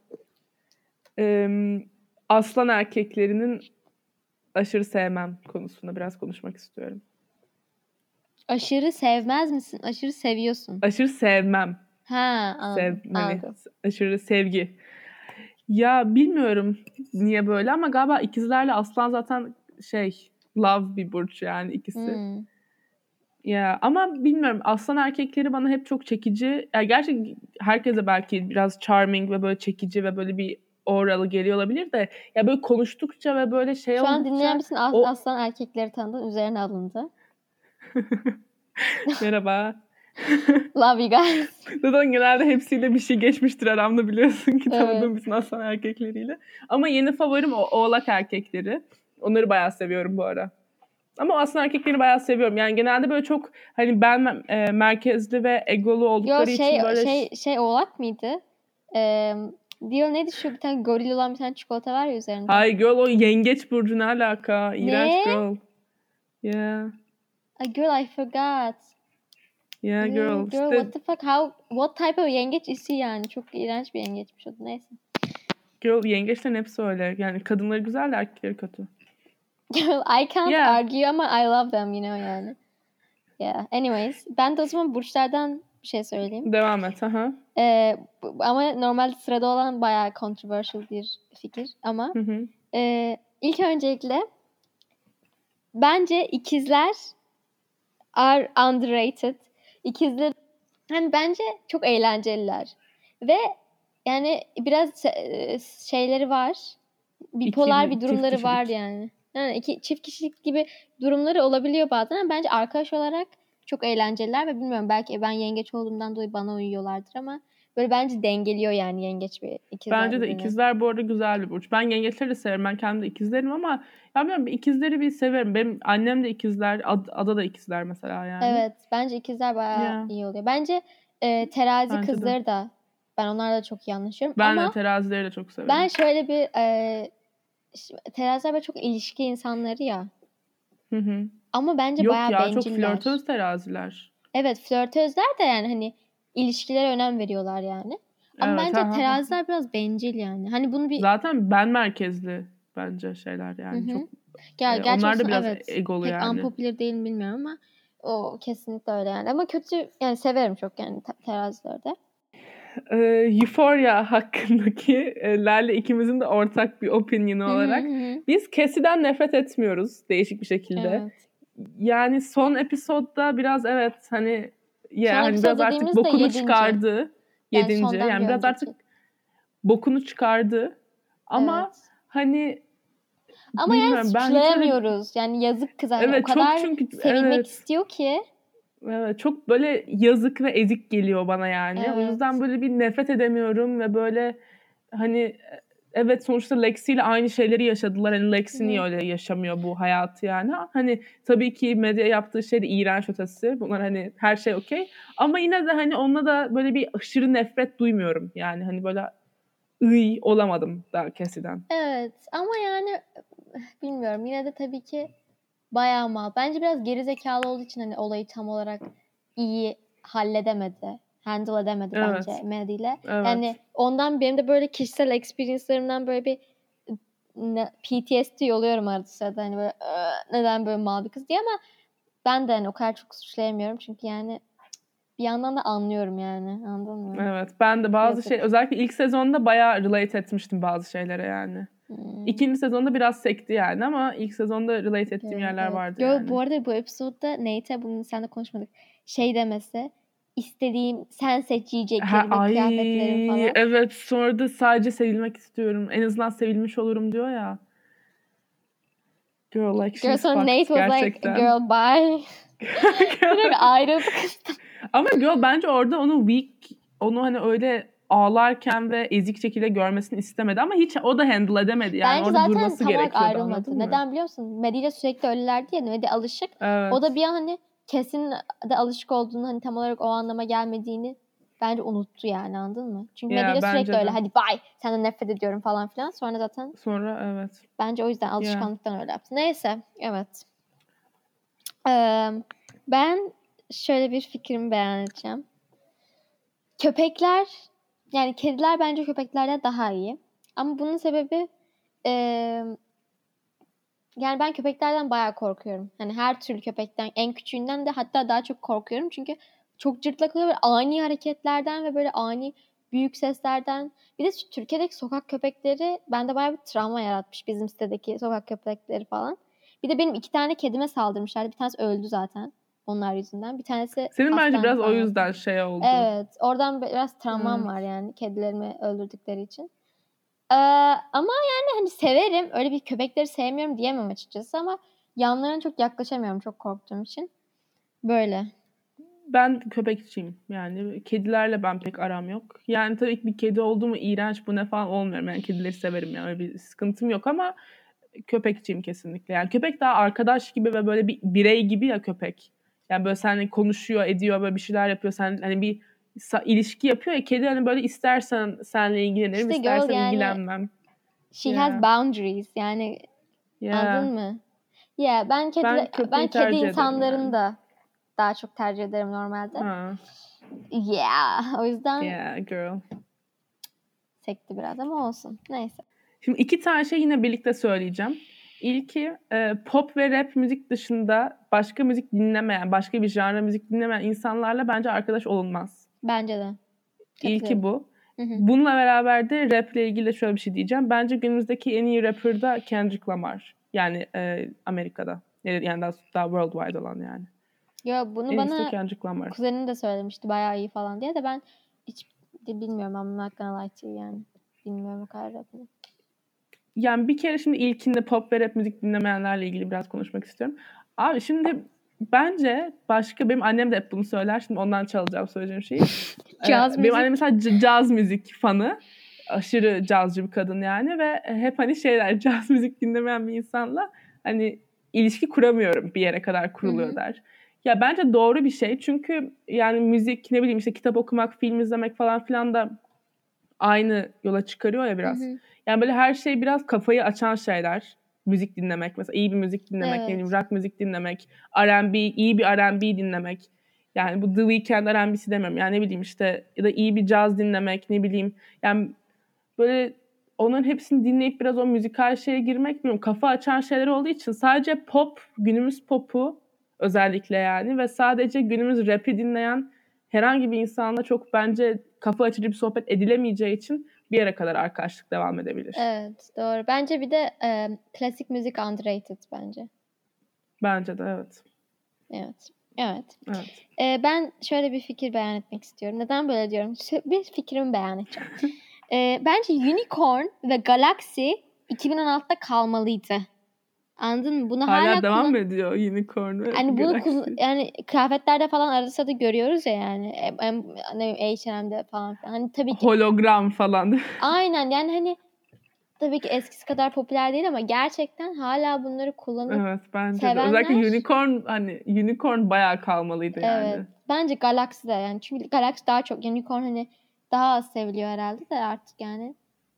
Aslan erkeklerinin aşırı sevmem konusunda biraz konuşmak istiyorum. Aşırı sevmez misin? Aşırı seviyorsun. Aşırı sevmem. Anladım. Aşırı sevgi. Ya bilmiyorum niye böyle ama galiba ikizlerle aslan zaten love bir burç yani ikisi. Ya ama bilmiyorum aslan erkekleri bana hep çok çekici. Yani gerçi herkese belki biraz charming ve böyle çekici ve böyle bir auralı geliyor olabilir de ya böyle konuştukça ve böyle Şu oldukça... Şu an dinleyen bütün aslan erkekleri tanıdın. Üzerine alındı. Merhaba. Love you guys. Zaten genelde hepsiyle bir şey geçmiştir aramda biliyorsun ki tanıdığım bütün aslan erkekleriyle. Ama yeni favorim oğlak erkekleri. Onları bayağı seviyorum bu ara. Ama aslan erkeklerini bayağı seviyorum. Yani genelde böyle çok hani ben merkezli ve egolu oldukları için böyle... oğlak mıydı? Diyor neydi şu bir tane goril olan bir tane çikolata var ya üzerinde. Hayır girl o yengeç burcu ne alaka? İğrenç girl. Yeah. Girl I forgot. Yeah girl. Girl what the fuck? What type of yengeç is he yani? Çok iğrenç bir yengeçmiş o da neyse. Girl yengeçlerin hepsi öyle. Yani kadınları güzel de erkekleri kötü. Girl I can't argue ama I love them you know yani. Yeah. Anyways. Ben de o zaman burçlardan bir şey söyleyeyim. Devam et. Ama normalde sırada olan bayağı controversial bir fikir. Ama ilk öncelikle bence ikizler are underrated. İkizler hani bence çok eğlenceliler. Ve yani biraz şeyleri var. Bipolar bir durumları var yani. Yani çift kişilik gibi durumları olabiliyor bazen ama bence arkadaş olarak çok eğlenceliler ve bilmiyorum belki ben yengeç olduğumdan dolayı bana uyuyorlardır ama böyle bence dengeliyor yani yengeç ve ikizler. Bence de ikizler bu arada güzel bir burç. Ben yengeçleri de severim. Ben kendim de ikizlerim ama ya bilmiyorum ikizleri bir severim. Benim annem de ikizler, Ada da ikizler mesela yani. Evet, bence ikizler bayağı iyi oluyor. Bence terazi kızları da ben onlarla da çok iyi anlaşıyorum. Ben de terazileri de çok severim. Ben şöyle bir teraziler böyle çok ilişki insanları ya. Ama bence bayağı benciller. Yok ya çok flörtöz teraziler. Evet flörtözler de yani hani ilişkilere önem veriyorlar yani. Ama bence teraziler biraz bencil yani. Hani bunu bir... Zaten ben merkezli bence şeyler yani. Çok... onlar da biraz egolu pek yani. Pek unpopular değil mi bilmiyorum ama o kesinlikle öyle yani. Ama kötü yani severim çok yani terazilerde. Euphoria hakkındaki Lerle ikimizin de ortak bir opinionu olarak biz Cassie'den nefret etmiyoruz değişik bir şekilde. Evet. Yani son episodda biraz evet hani Ya hani biraz artık bokunu çıkardı. Yedinci. Yani biraz artık bokunu çıkardı. Ama hani ama yani suçlayamıyoruz. Yani yazık kız. Yani evet, o kadar sevilmek istiyor ki. Evet, çok böyle yazık ve ezik geliyor bana yani. Evet. O yüzden böyle bir nefret edemiyorum ve böyle hani evet sonuçta Lexi ile aynı şeyleri yaşadılar. Hani Lexi niye öyle yaşamıyor bu hayatı yani. Hani tabii ki medya yaptığı şey de iğrenç ötesi. Bunlar hani her şey okey. Ama yine de hani onunla da böyle bir aşırı nefret duymuyorum. Yani hani böyle olamadım daha kesiden. Evet ama yani bilmiyorum. Yine de tabii ki bayağı mal. Bence biraz gerizekalı olduğu için hani olayı tam olarak iyi halledemedi. Handle edemedi bence Maddie ile. Evet. Yani ondan benim de böyle kişisel experience'larımdan böyle bir PTSD oluyorum arada sırada. Hani böyle neden böyle mal bir kız diye ama ben de hani o kadar çok suçlayamıyorum. Çünkü yani bir yandan da anlıyorum yani. Anladın mı? Evet. Ben de bazı özellikle ilk sezonda bayağı relate etmiştim bazı şeylere yani. İkinci sezonda biraz sekti yani ama ilk sezonda relate ettiğim yerler vardı yani. Bu arada bu episodda Nate'e bunu seninle konuşmadık. Şey demesi, istediğim sen seç yiyeceklerimi, kıyafetlerimi falan. Evet, sonra da sadece sevilmek istiyorum. En azından sevilmiş olurum diyor ya. Girl like she's fucked Nate was gerçekten. Like girl bye. Direkt ayrıldık. Ama girl bence orada onu onu hani öyle ağlarken ve ezik şekilde görmesini istemedi ama hiç o da handle edemedi. Yani bence orada zaten durması tam olarak gerekiyordu. Ayrılmadı. Neden biliyor musun? Maddie'yle sürekli öylelerdi ya. Maddie alışık. Evet. O da bir an hani kesin de alışık olduğunu hani tam olarak o anlama gelmediğini bence unuttu yani, anladın mı? Çünkü Maddie'yle sürekli öyle hadi bye senden nefret ediyorum falan filan. Sonra evet. Bence o yüzden alışkanlıktan öyle yaptı. Neyse evet. Ben şöyle bir fikrimi beyan edeceğim. Köpekler yani kediler bence köpeklerden daha iyi. Ama bunun sebebi yani ben köpeklerden bayağı korkuyorum. Hani her türlü köpekten, en küçüğünden de hatta daha çok korkuyorum. Çünkü çok cırtlak oluyor. Böyle ani hareketlerden ve böyle ani büyük seslerden. Bir de Türkiye'deki sokak köpekleri bende bayağı bir travma yaratmış. Bizim sitedeki sokak köpekleri falan. Bir de benim 2 tane kedime saldırmışlardı. Bir tanesi öldü zaten onlar yüzünden. Bir tanesi senin bence biraz o yüzden şey oldu. Evet. Oradan biraz travmam var yani kedilerimi öldürdükleri için. Ama yani hani severim. Öyle bir köpekleri sevmiyorum diyemem açıkçası ama yanlarına çok yaklaşamıyorum çok korktuğum için. Böyle. Ben köpekçiyim. Yani kedilerle ben pek aram yok. Yani tabii ki bir kedi oldu mu iğrenç bu ne falan olmuyorum. Yani kedileri severim yani öyle bir sıkıntım yok ama köpekçiyim kesinlikle. Yani köpek daha arkadaş gibi ve böyle bir birey gibi ya köpek. Yani böyle seninle konuşuyor, ediyor, böyle bir şeyler yapıyor. Sen hani bir ilişki yapıyor ya kedi hani böyle istersen seninle ilgilenirim, işte istersen yani, ilgilenmem. She has boundaries yani. Anladın mı? Ben kedi insanlarını da daha çok tercih ederim normalde. O yüzden girl. Sekti biraz ama olsun. Neyse. Şimdi 2 tane şey yine birlikte söyleyeceğim. İlki pop ve rap müzik dışında başka müzik dinlemeyen, başka bir janra müzik dinlemeyen insanlarla bence arkadaş olunmaz. Bence de. İlki bu. Bununla beraber de rap ile ilgili şöyle bir şey diyeceğim. Bence günümüzdeki en iyi rapper da Kendrick Lamar. Yani Amerika'da. Yani daha worldwide olan yani. Ya bunu bana kuzenim de söylemişti bayağı iyi falan diye de ben hiç bilmiyorum ama not gonna lie to you yani. Bilmiyorum o kadar rapini. Yani bir kere şimdi ilkinde pop ve rap müzik dinlemeyenlerle ilgili biraz konuşmak istiyorum. Abi şimdi bence benim annem de hep bunu söyler. Şimdi ondan çalacağım söyleyeceğim şeyi. Benim annem mesela caz müzik fanı. Aşırı cazcı bir kadın yani ve hep hani caz müzik dinlemeyen bir insanla hani ilişki kuramıyorum bir yere kadar kuruluyor der. Ya bence doğru bir şey çünkü yani müzik ne bileyim işte kitap okumak, film izlemek falan filan da aynı yola çıkarıyor ya biraz. Yani böyle her şey biraz kafayı açan şeyler. Müzik dinlemek mesela iyi bir müzik dinlemek, ne bileyim rock müzik dinlemek, R&B, iyi bir R&B dinlemek. Yani bu The Weeknd R&B'si demiyorum. Yani ne bileyim işte ya da iyi bir caz dinlemek, ne bileyim. Yani böyle onların hepsini dinleyip biraz o müzikal şeye girmek bilmiyorum. Kafa açan şeyler olduğu için sadece pop, günümüz popu özellikle yani ve sadece günümüz rap'i dinleyen herhangi bir insanla çok bence kafa açıcı bir sohbet edilemeyeceği için bir yere kadar arkadaşlık devam edebilir. Evet doğru. Bence bir de klasik müzik underrated bence. Bence de evet. Evet. Evet. Evet. Ben şöyle bir fikir beyan etmek istiyorum. Neden böyle diyorum? Bir fikrimi beyan edeceğim. Bence Unicorn ve Galaxy 2016'da kalmalıydı. Anladın mı? Bunu Hala devam mı ediyor Unicorn ve yani Galaxy? yani kıyafetlerde falan arada sırada görüyoruz ya yani. H&M'de falan. Hani tabii ki hologram falan. aynen yani hani tabii ki eskisi kadar popüler değil ama gerçekten hala bunları kullanıp Evet bence de. sevenler. Özellikle Unicorn bayağı kalmalıydı yani. Evet. Bence Galaxy de yani. Çünkü Galaxy daha çok. Unicorn hani daha az seviliyor herhalde de artık yani.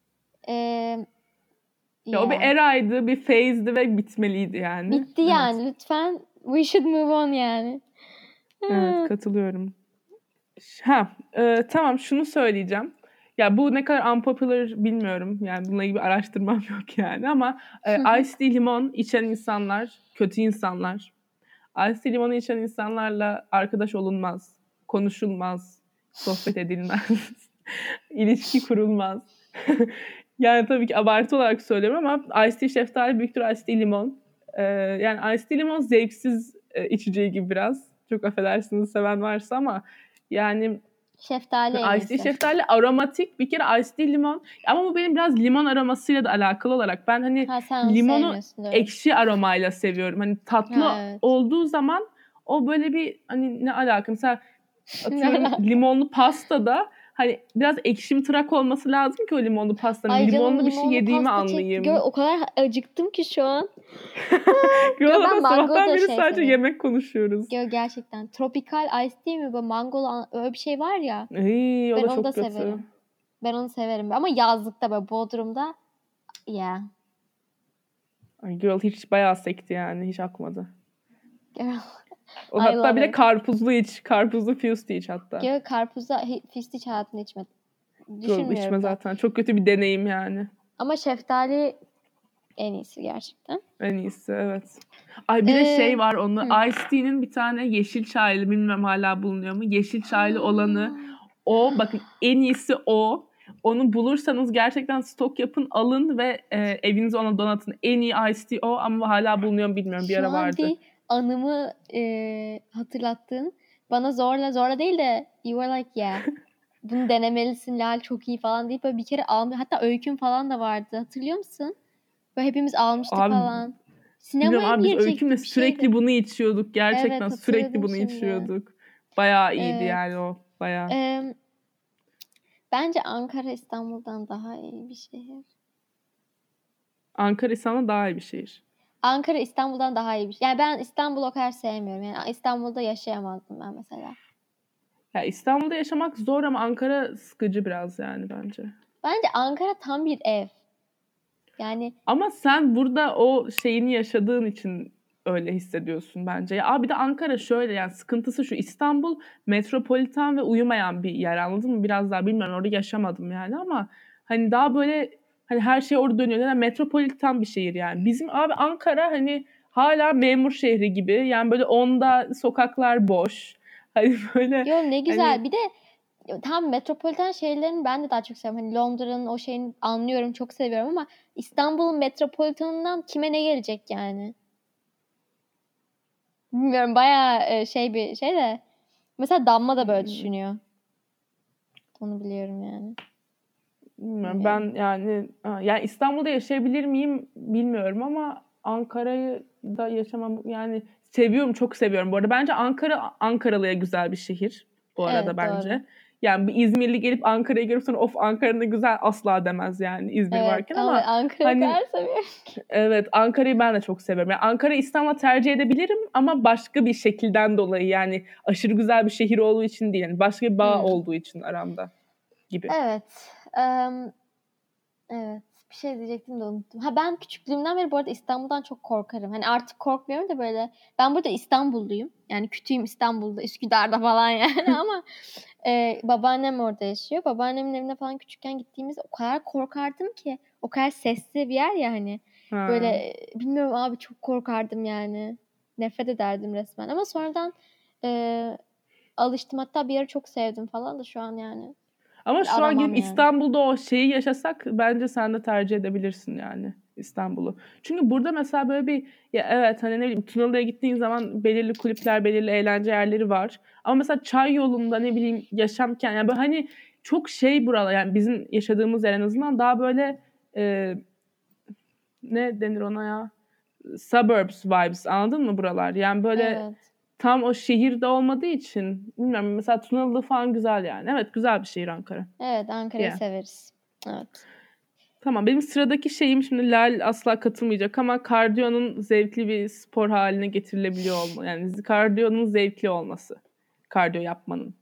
Ya o bir eraydı, bir phase'di ve bitmeliydi yani. Bitti yani. Lütfen we should move on yani. Evet katılıyorum. Tamam şunu söyleyeceğim. Ya bu ne kadar unpopular bilmiyorum. Yani bununla ilgili bir araştırmam yok yani ama Ice Tea limon içen insanlar kötü insanlar. Ice Tea limonu içen insanlarla arkadaş olunmaz, konuşulmaz, sohbet edilmez, ilişki kurulmaz. Yani tabii ki abartı olarak söylüyorum ama Ice Tea şeftali büyüktür Ice Tea limon. Yani Ice Tea limon zevksiz içeceği gibi biraz. Çok affedersiniz seven varsa ama yani Şeftali en Ice Tea iyisi. şeftali aromatik bir kere Ice Tea limon. Ama bu benim biraz limon aromasıyla da alakalı olarak. Ben hani limonu ekşi aromayla seviyorum. Hani tatlı olduğu zaman o böyle bir hani ne alaka? Mesela atıyorum limonlu pastada hani biraz ekşimtırak olması lazım ki o limonlu pastanın. Ay limonlu canım, bir şey yediğimi anlayayım. O kadar acıktım ki şu an. Ben sabahtan beri sadece yemek konuşuyoruz. Gerçekten. Tropical Ice Tea mi? Mangolu öyle bir şey var ya. O ben da onu da kötü. severim. Ben onu severim. Ama yazlıkta böyle Bodrum'da Ay girl hiç bayağı sekti yani. Hiç akmadı. O hatta bir de karpuzlu iç. Karpuzlu Fusty iç hatta. Karpuzlu Fusty hiç hayatımda içmedim. Düşünmüyorum içme zaten. Çok kötü bir deneyim yani. Ama şeftali en iyisi gerçekten. En iyisi evet. Ay bir de şey var onu. Ice Tea'nin bir tane yeşil çaylı bilmem hala bulunuyor mu? Yeşil çaylı olanı. O bakın en iyisi o. Onu bulursanız gerçekten stok yapın alın ve evinize ona donatın. En iyi Ice Tea o ama hala bulunuyor mu bilmiyorum. Bir ara vardı. Şu an bir anımı hatırlattın. Bana zorla değil de you were like bunu denemelisin Lal çok iyi falan deyip böyle bir kere almış. Hatta öyküm falan da vardı. Hatırlıyor musun? Böyle hepimiz almıştık abi, falan. Sinemaya mı girecektik? Biz öykümle sürekli bunu içiyorduk. Gerçekten sürekli bunu içiyorduk. Bayağı iyiydi yani o. Bayağı. Bence Ankara İstanbul'dan daha iyi bir şehir. Ankara İstanbul'dan daha iyi bir şehir. Ankara İstanbul'dan daha iyi bir şehir. Yani ben İstanbul'u o kadar sevmiyorum. Yani İstanbul'da yaşayamazdım ben mesela. Ya İstanbul'da yaşamak zor ama Ankara sıkıcı biraz yani bence. Bence Ankara tam bir ev. Yani ama sen burada o şeyini yaşadığın için öyle hissediyorsun bence. Ya bir de Ankara şöyle yani sıkıntısı şu İstanbul metropolitan ve uyumayan bir yer anladın mı? Biraz daha bilmiyorum orada yaşamadım yani ama hani daha böyle hani her şey orada dönüyor. Yani metropolitan bir şehir yani. Bizim Ankara hani hala memur şehri gibi. Yani böyle onda sokaklar boş. Hani böyle Yo ne güzel. Hani... Bir de tam metropolitan şehirlerini ben de daha çok seviyorum. Hani Londra'nın o şeyini anlıyorum, çok seviyorum ama İstanbul'un metropolitanından kime ne gelecek yani? Bilmiyorum, bayağı bir şey de. Mesela Damla da böyle düşünüyor. Onu biliyorum yani. Bilmiyorum. Ben yani İstanbul'da yaşayabilir miyim bilmiyorum ama Ankara'yı da yaşamam yani seviyorum, çok seviyorum bu arada. Bence Ankaralı'ya güzel bir şehir bu arada bence. Doğru. Yani bir İzmirli gelip Ankara'ya görüp sonra of Ankara'nın güzel asla demez yani İzmir varken ama Ankara'yı kadar seviyorum. Evet, Ankara'yı ben de çok seviyorum. Yani Ankara'yı İstanbul'a tercih edebilirim ama başka bir şekilden dolayı yani aşırı güzel bir şehir olduğu için değil. Yani başka bir bağ olduğu için aramda gibi. Evet. Evet. Bir şey diyecektim de unuttum. Ben küçüklüğümden beri bu arada İstanbul'dan çok korkarım. Hani artık korkmuyorum da böyle. Ben burada İstanbulluyum. Yani kütüğüm İstanbul'da, Üsküdar'da falan yani ama babaannem orada yaşıyor. Babaannemin evine falan küçükken gittiğimizde o kadar korkardım ki. O kadar sesli bir yer ya hani. Böyle bilmiyorum abi, çok korkardım yani. Nefret ederdim resmen. Ama sonradan alıştım. Hatta bir ara çok sevdim falan da şu an yani. Ama şu an gidip İstanbul'da o şeyi yaşasak bence sen de tercih edebilirsin yani İstanbul'u. Çünkü burada mesela böyle bir ya evet hani ne bileyim Tunalı'ya gittiğin zaman belirli kulüpler, belirli eğlence yerleri var. Ama mesela Çay yolunda ne bileyim yaşamken yani böyle hani çok şey buralar yani bizim yaşadığımız yer en azından daha böyle ne denir ona ya? Suburbs vibes, anladın mı buralar? Yani böyle tam o şehirde olmadığı için bilmiyorum mesela Tunalı falan güzel yani. Evet güzel bir şehir Ankara. Evet Ankara'yı severiz. Evet. Tamam benim sıradaki şeyim şimdi Lal asla katılmayacak ama kardiyonun zevkli bir spor haline getirilebiliyor olması. Yani kardiyonun zevkli olması. Kardiyo yapmanın.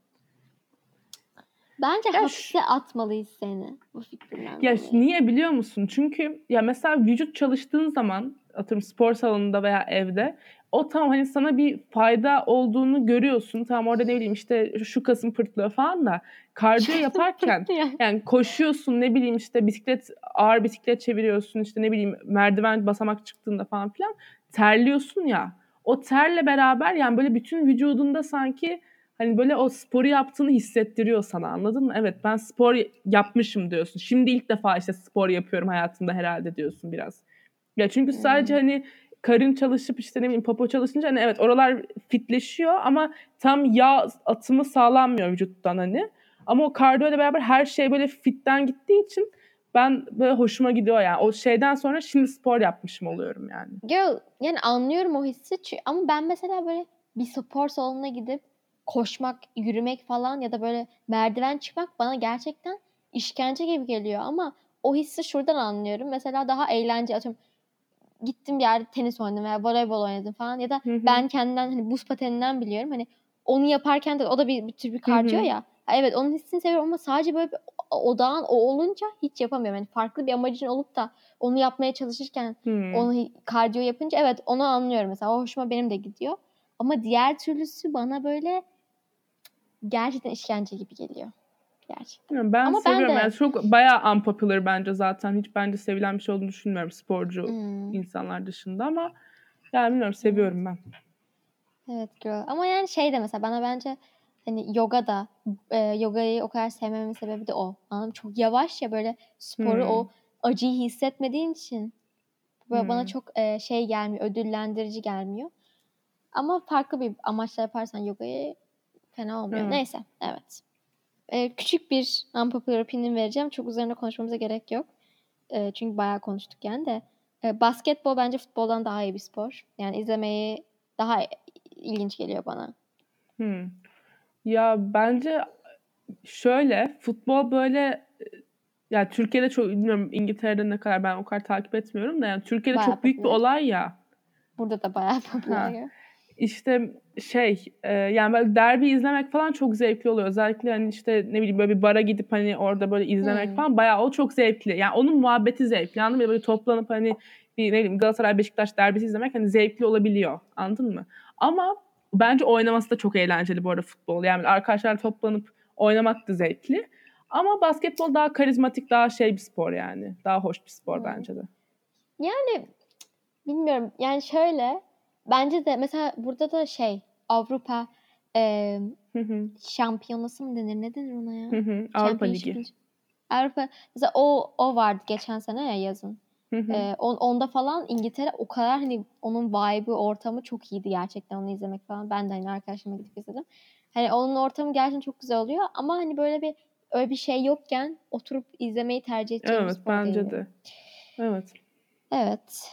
Bence hapse atmalıyız seni bu fikrinden Ya dolayı. niye biliyor musun? Çünkü ya mesela vücut çalıştığın zaman atıyorum spor salonunda veya evde o tamam hani sana bir fayda olduğunu görüyorsun. Tamam orada ne bileyim işte şu kasım pırtlıyor falan da kardiyo yaparken yani koşuyorsun ne bileyim işte ağır bisiklet çeviriyorsun işte ne bileyim merdiven basamak çıktığında falan filan terliyorsun ya. O terle beraber yani böyle bütün vücudunda sanki hani böyle o sporu yaptığını hissettiriyor sana, anladın mı? Evet ben spor yapmışım diyorsun. Şimdi ilk defa işte spor yapıyorum hayatımda herhalde diyorsun biraz. Ya çünkü sadece hani karın çalışıp işte ne bileyim popo çalışınca hani evet oralar fitleşiyor ama tam yağ atımı sağlanmıyor vücuttan hani. Ama o kardiyo ile beraber her şey böyle fitten gittiği için ben böyle hoşuma gidiyor yani. O şeyden sonra şimdi spor yapmışım oluyorum yani. Yani anlıyorum o hissi ama ben mesela böyle bir spor salonuna gidip koşmak, yürümek falan ya da böyle merdiven çıkmak bana gerçekten işkence gibi geliyor ama o hissi şuradan anlıyorum. Mesela daha eğlence atıyorum gittim bir yerde tenis oynadım veya voleybol oynadım falan ya da ben kendimden hani buz pateninden biliyorum. Hani onu yaparken de o da bir tür bir kardiyo ya. Evet onun hissini seviyorum ama sadece böyle bir odağın o olunca hiç yapamıyorum. Yani farklı bir amacın olup da onu yapmaya çalışırken onu kardiyo yapınca evet onu anlıyorum mesela. O hoşuma benim de gidiyor. Ama diğer türlüsü bana böyle gerçekten işkence gibi geliyor. Gerçekten. Ben ama seviyorum. ben de Yani çok bayağı unpopular bence zaten. Hiç bence sevilen bir şey olduğunu düşünmüyorum sporcu insanlar dışında ama yani bilmiyorum seviyorum ben. Evet girl. Ama yani şey de mesela bana bence hani yogayı o kadar sevmemin sebebi de o. Anladın mı? Çok yavaş ya böyle sporu o acıyı hissetmediğin için böyle bana çok şey gelmiyor, ödüllendirici gelmiyor. Ama farklı bir amaçla yaparsan yogayı fena olmuyor. Evet. Neyse, evet. Küçük bir unpopular opinion vereceğim. Çok üzerine konuşmamıza gerek yok. Çünkü bayağı konuştuk yani de. Basketbol bence futboldan daha iyi bir spor. Yani izlemeyi daha ilginç geliyor bana. Ya bence şöyle futbol böyle ya Türkiye'de çok bilmiyorum İngiltere'de ne kadar ben o kadar takip etmiyorum da yani Türkiye'de Bayağı çok büyük bir popüler. olay ya. Burada da bayağı popüler. İşte yani böyle derbi izlemek falan çok zevkli oluyor. Özellikle hani işte ne bileyim böyle bir bara gidip hani orada böyle izlemek falan bayağı o çok zevkli. Yani onun muhabbeti zevkli. Anladın mı? Böyle toplanıp hani bir ne bileyim Galatasaray Beşiktaş derbisi izlemek hani zevkli olabiliyor. Anladın mı? Ama bence oynaması da çok eğlenceli bu arada futbol. Yani arkadaşlarla toplanıp oynamak da zevkli. Ama basketbol daha karizmatik, daha şey bir spor yani. Daha hoş bir spor bence de. Yani bilmiyorum. Yani şöyle bence de mesela burada da Avrupa şampiyonası mı denir? Ne denir ona ya? Avrupa Ligi. Avrupa mesela o vardı geçen sene ya yazın. Onda falan İngiltere o kadar hani onun vibe'ı, ortamı çok iyiydi gerçekten onu izlemek falan. Ben de hani arkadaşlarımla gidip izledim. Hani onun ortamı gerçekten çok güzel oluyor ama hani böyle öyle bir şey yokken oturup izlemeyi tercih edeceğim bir Evet spor değil. bence de. Evet. Evet.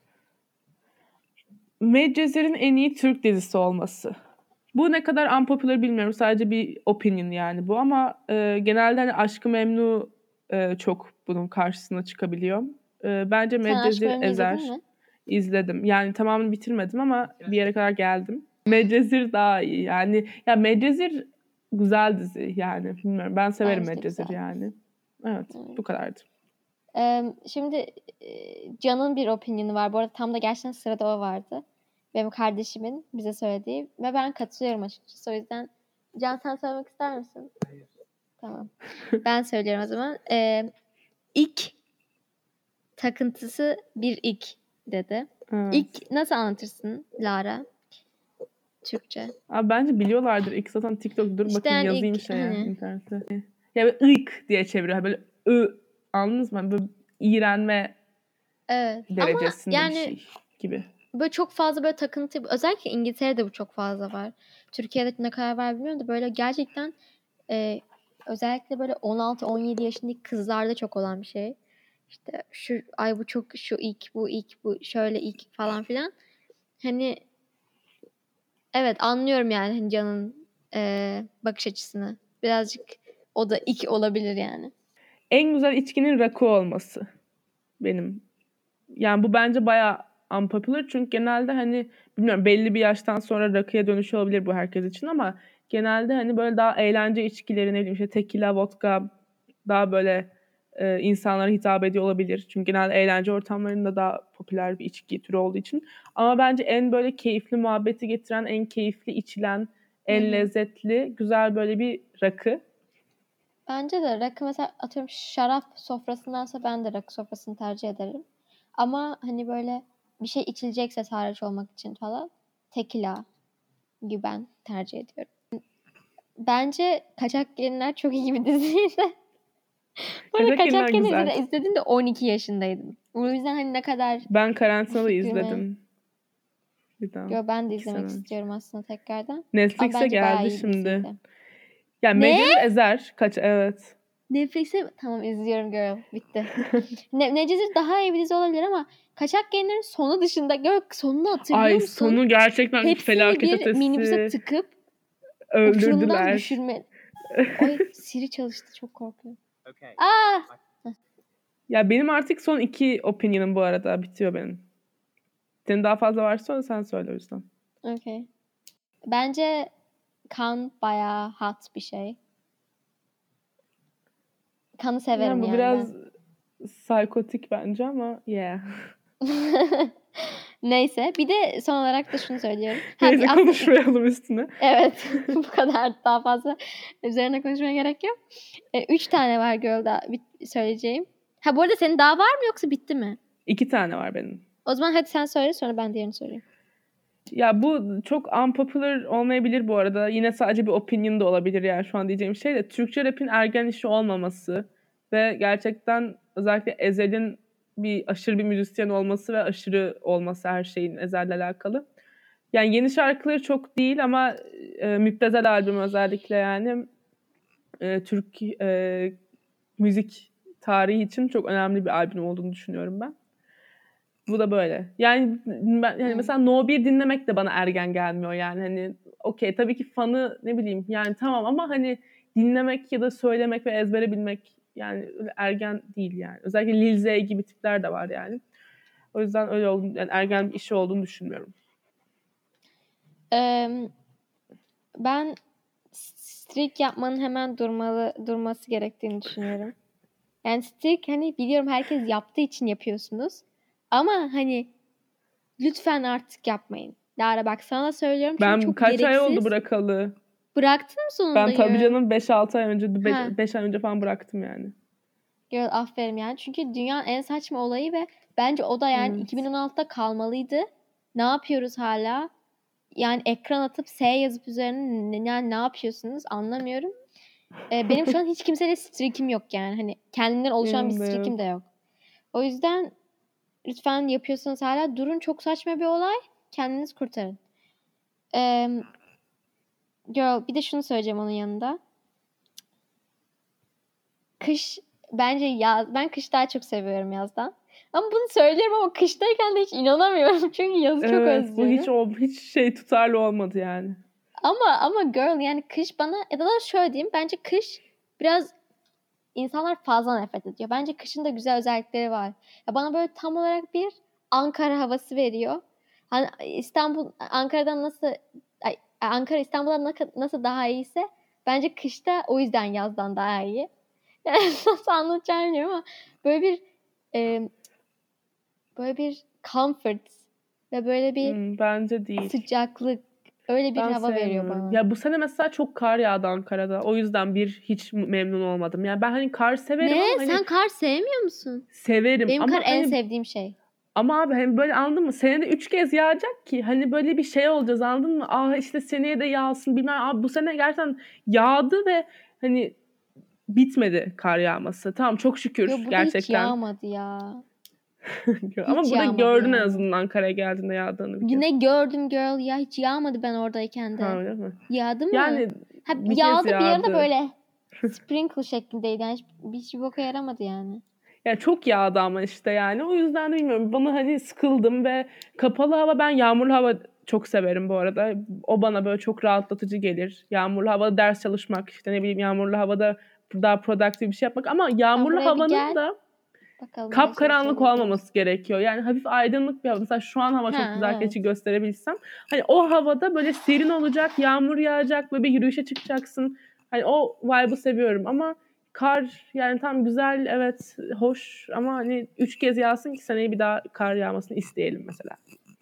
Medcezir'in en iyi Türk dizisi olması. Bu ne kadar unpopular bilmiyorum. Sadece bir opinion yani bu ama genelde hani Aşk-ı Memnu çok bunun karşısına çıkabiliyor. Bence Sen Aşk-ı Medcezir Memnu'yu izledin ezer. mi? İzledim. Yani tamamını bitirmedim ama bir yere kadar geldim. Medcezir daha iyi. Yani ya Medcezir güzel dizi yani. Bilmiyorum. Ben severim Bence de Medcezir güzel. yani. Evet, bu kadardı. Şimdi Can'ın bir opinionu var. Bu arada tam da gerçekten sırada o vardı. Benim kardeşimin bize söylediği ve ben katılıyorum açıkçası. O yüzden Can sen söylemek ister misin? Hayır. Tamam. Ben söylüyorum o zaman. İlk takıntısı bir ilk dedi. Evet. İlk nasıl anlatırsın Lara? Türkçe. Abi bence biliyorlardır. İlk zaten TikTok dur İşte bakayım yani yazayım ilk, internette. Ya böyle ıyk diye çeviriyor. Böyle anladınız mı? Böyle iğrenme Evet. derecesinde ama bir yani şey gibi. böyle çok fazla böyle takıntı, özellikle İngiltere'de bu çok fazla var. Türkiye'de ne kadar var bilmiyorum da böyle gerçekten özellikle böyle 16-17 yaşındaki kızlarda çok olan bir şey. İşte bu çok, şu ilk, bu ilk, bu şöyle ilk falan filan. Hani evet, anlıyorum yani hani Can'ın bakış açısını. Birazcık o da ilk olabilir yani. En güzel içkinin rakı olması benim. Yani bu bence bayağı unpopular, çünkü genelde hani bilmiyorum, belli bir yaştan sonra rakıya dönüşüyor olabilir bu herkes için, ama genelde hani böyle daha eğlence içkileri, ne bileyim işte tekila, vodka daha böyle insanlara hitap ediyor olabilir. Çünkü genelde eğlence ortamlarında daha popüler bir içki türü olduğu için. Ama bence en böyle keyifli muhabbeti getiren, en keyifli içilen, en lezzetli, güzel böyle bir rakı. Bence de rakı, mesela atıyorum şarap sofrasındansa ben de rakı sofrasını tercih ederim. Ama hani böyle bir şey içilecekse sarhoş olmak için falan tekila gibi ben tercih ediyorum. Bence Kaçak Gelinler çok iyi bir diziydi. Bu arada Kaçak Gelinler Kaçak güzel. Gelinleri izlediğimde 12 yaşındaydım. O yüzden hani ne kadar Ben karantinada fikrimi... izledim. Bir daha. Yo, ben de 2 izlemek sene önce. istiyorum aslında tekrardan. Ama Netflix'e bence bayağı geldi iyi bir şimdi. diziydi. Yani Ne? Medcezir ezer. Evet. Netflix'e tamam, izliyorum girl. Bitti. Necizir daha iyi bir dizi olabilir ama Kaçak Gelinler'in sonu dışında, sonunu hatırlıyor Ay, musun? sonu gerçekten Hepsini felaket bir minibüse ötesi. tıkıp uçurumdan Öldürdüler. düşürme. Ay, Siri çalıştı, çok korkuyorum. Aa! Ya benim artık son 2 opinion'ım bu arada bitiyor benim. Senin daha fazla varsa sen söyle o yüzden. Okay. Bence kan bayağı hot bir şey. Kanı severim Bu yani biraz ben. psikotik bence ama yeah. Neyse. Bir de son olarak da şunu söylüyorum. Neyse, aslında konuşmayalım üstüne. evet. Bu kadar, daha fazla üzerine konuşmaya gerek yok. 3 tane var girl'da söyleyeceğim. Bu arada senin daha var mı yoksa bitti mi? 2 tane var benim. O zaman hadi sen söyle, sonra ben diğerini söyleyeyim. Ya bu çok unpopular olmayabilir bu arada. Yine sadece bir opinion da olabilir yani şu an diyeceğim şey de. Türkçe rap'in ergen işi olmaması ve gerçekten özellikle Ezhel'in aşırı bir müzisyen olması ve aşırı olması her şeyin Ezhel'le alakalı. Yani yeni şarkıları çok değil ama Müptezel albüm özellikle yani Türk müzik tarihi için çok önemli bir albüm olduğunu düşünüyorum ben. Bu da böyle. Yani mesela No 1 dinlemek de bana ergen gelmiyor yani. Hani okey, tabii ki fanı ne bileyim yani tamam, ama hani dinlemek ya da söylemek ve ezbere bilmek yani öyle ergen değil yani. Özellikle Lil Z gibi tipler de var yani. O yüzden öyle yani ergen bir işi olduğunu düşünmüyorum. Ben streak yapmanın hemen durması gerektiğini düşünüyorum. Yani streak, hani biliyorum herkes yaptığı için yapıyorsunuz. Ama hani lütfen artık yapmayın. Lara, bak sana söylüyorum çünkü Ben çok kaç ay oldu gereksiz. bırakalı? Bıraktın mı sonunda Ben tabii girl? canım 5-6 ay önce, Ha, 5 ay önce falan bıraktım yani. girl aferin yani. Çünkü dünyanın en saçma olayı ve bence o da yani Evet. 2016'da kalmalıydı. Ne yapıyoruz hala? Yani ekran atıp S yazıp üzerine yani ne yapıyorsunuz anlamıyorum. Benim şu an hiç kimseyle streak'im yok yani. Hani kendimden oluşan bir Benim de streak'im yok. de yok. O yüzden lütfen, yapıyorsanız hala durun. Çok saçma bir olay. Kendiniz kurtarın. Girl, bir de şunu söyleyeceğim onun yanında. Kış bence yaz. Ben kış daha çok seviyorum yazdan. Ama bunu söylüyorum ama kıştayken de hiç inanamıyorum. Çünkü yazı çok Evet, bu özlüyorum. hiç şey tutarlı olmadı yani. Ama girl, yani kış bana, ya da şöyle diyeyim. Bence kış biraz, İnsanlar fazla nefret ediyor. Bence kışın da güzel özellikleri var. Ya bana böyle tam olarak bir Ankara havası veriyor. Hani Ankara'dan nasıl, Ankara İstanbul'dan nasıl daha iyiyse bence kışta o yüzden yazdan daha iyi. Yani nasıl anlatacağım bilmiyorum ama böyle bir e, comfort ve böyle bir Bence değil. sıcaklık, öyle bir Ben hava veriyor sevmiyorum. bana. Ya bu sene mesela çok kar yağdı Ankara'da. O yüzden hiç memnun olmadım. Yani ben hani kar severim Ne? ama hani Sen kar sevmiyor musun? severim Benim kar ama en hani, sevdiğim şey. ama abi hani böyle, anladın mı? Senede 3 kez yağacak ki hani böyle bir şey olacağız, anladın mı? İşte seneye de yağsın bilmem. Abi bu sene gerçekten yağdı ve hani bitmedi kar yağması. Tamam, çok şükür Yo, burada hiç gerçekten. yağmadı ya. Ama Hiç burada yağmadı gördün en yani. azından Ankara'ya geldiğinde yağdığını bir kez. Yine gördüm girl ya, hiç yağmadı ben oradayken de. Ha, öyle mi? Yağdı mı? Yani Ha, bir kez yağdı bir arada yağdı. böyle sprinkle şeklindeydi. Yani hiçbir boka yaramadı yani. Ya çok yağdı ama işte yani. O yüzden de bilmiyorum. Bana hani sıkıldım ve kapalı hava, ben yağmurlu hava çok severim bu arada. O bana böyle çok rahatlatıcı gelir. Yağmurlu havada ders çalışmak, işte ne bileyim yağmurlu havada daha produktif bir şey yapmak. Ama Sen yağmurlu buraya bir havanın gel. da Bakalım her şeyi kapkaranlık söyleyebiliyor musun? olmaması gerekiyor. Yani hafif aydınlık bir hava. Mesela şu an hava çok Ha, güzel, evet. keçi gösterebilsem. Hani o havada böyle serin olacak, yağmur yağacak, böyle bir yürüyüşe çıkacaksın. Hani o vibe'ı seviyorum ama kar yani tam güzel, evet, hoş ama hani 3 kez yağsın ki seneye bir daha kar yağmasını isteyelim mesela.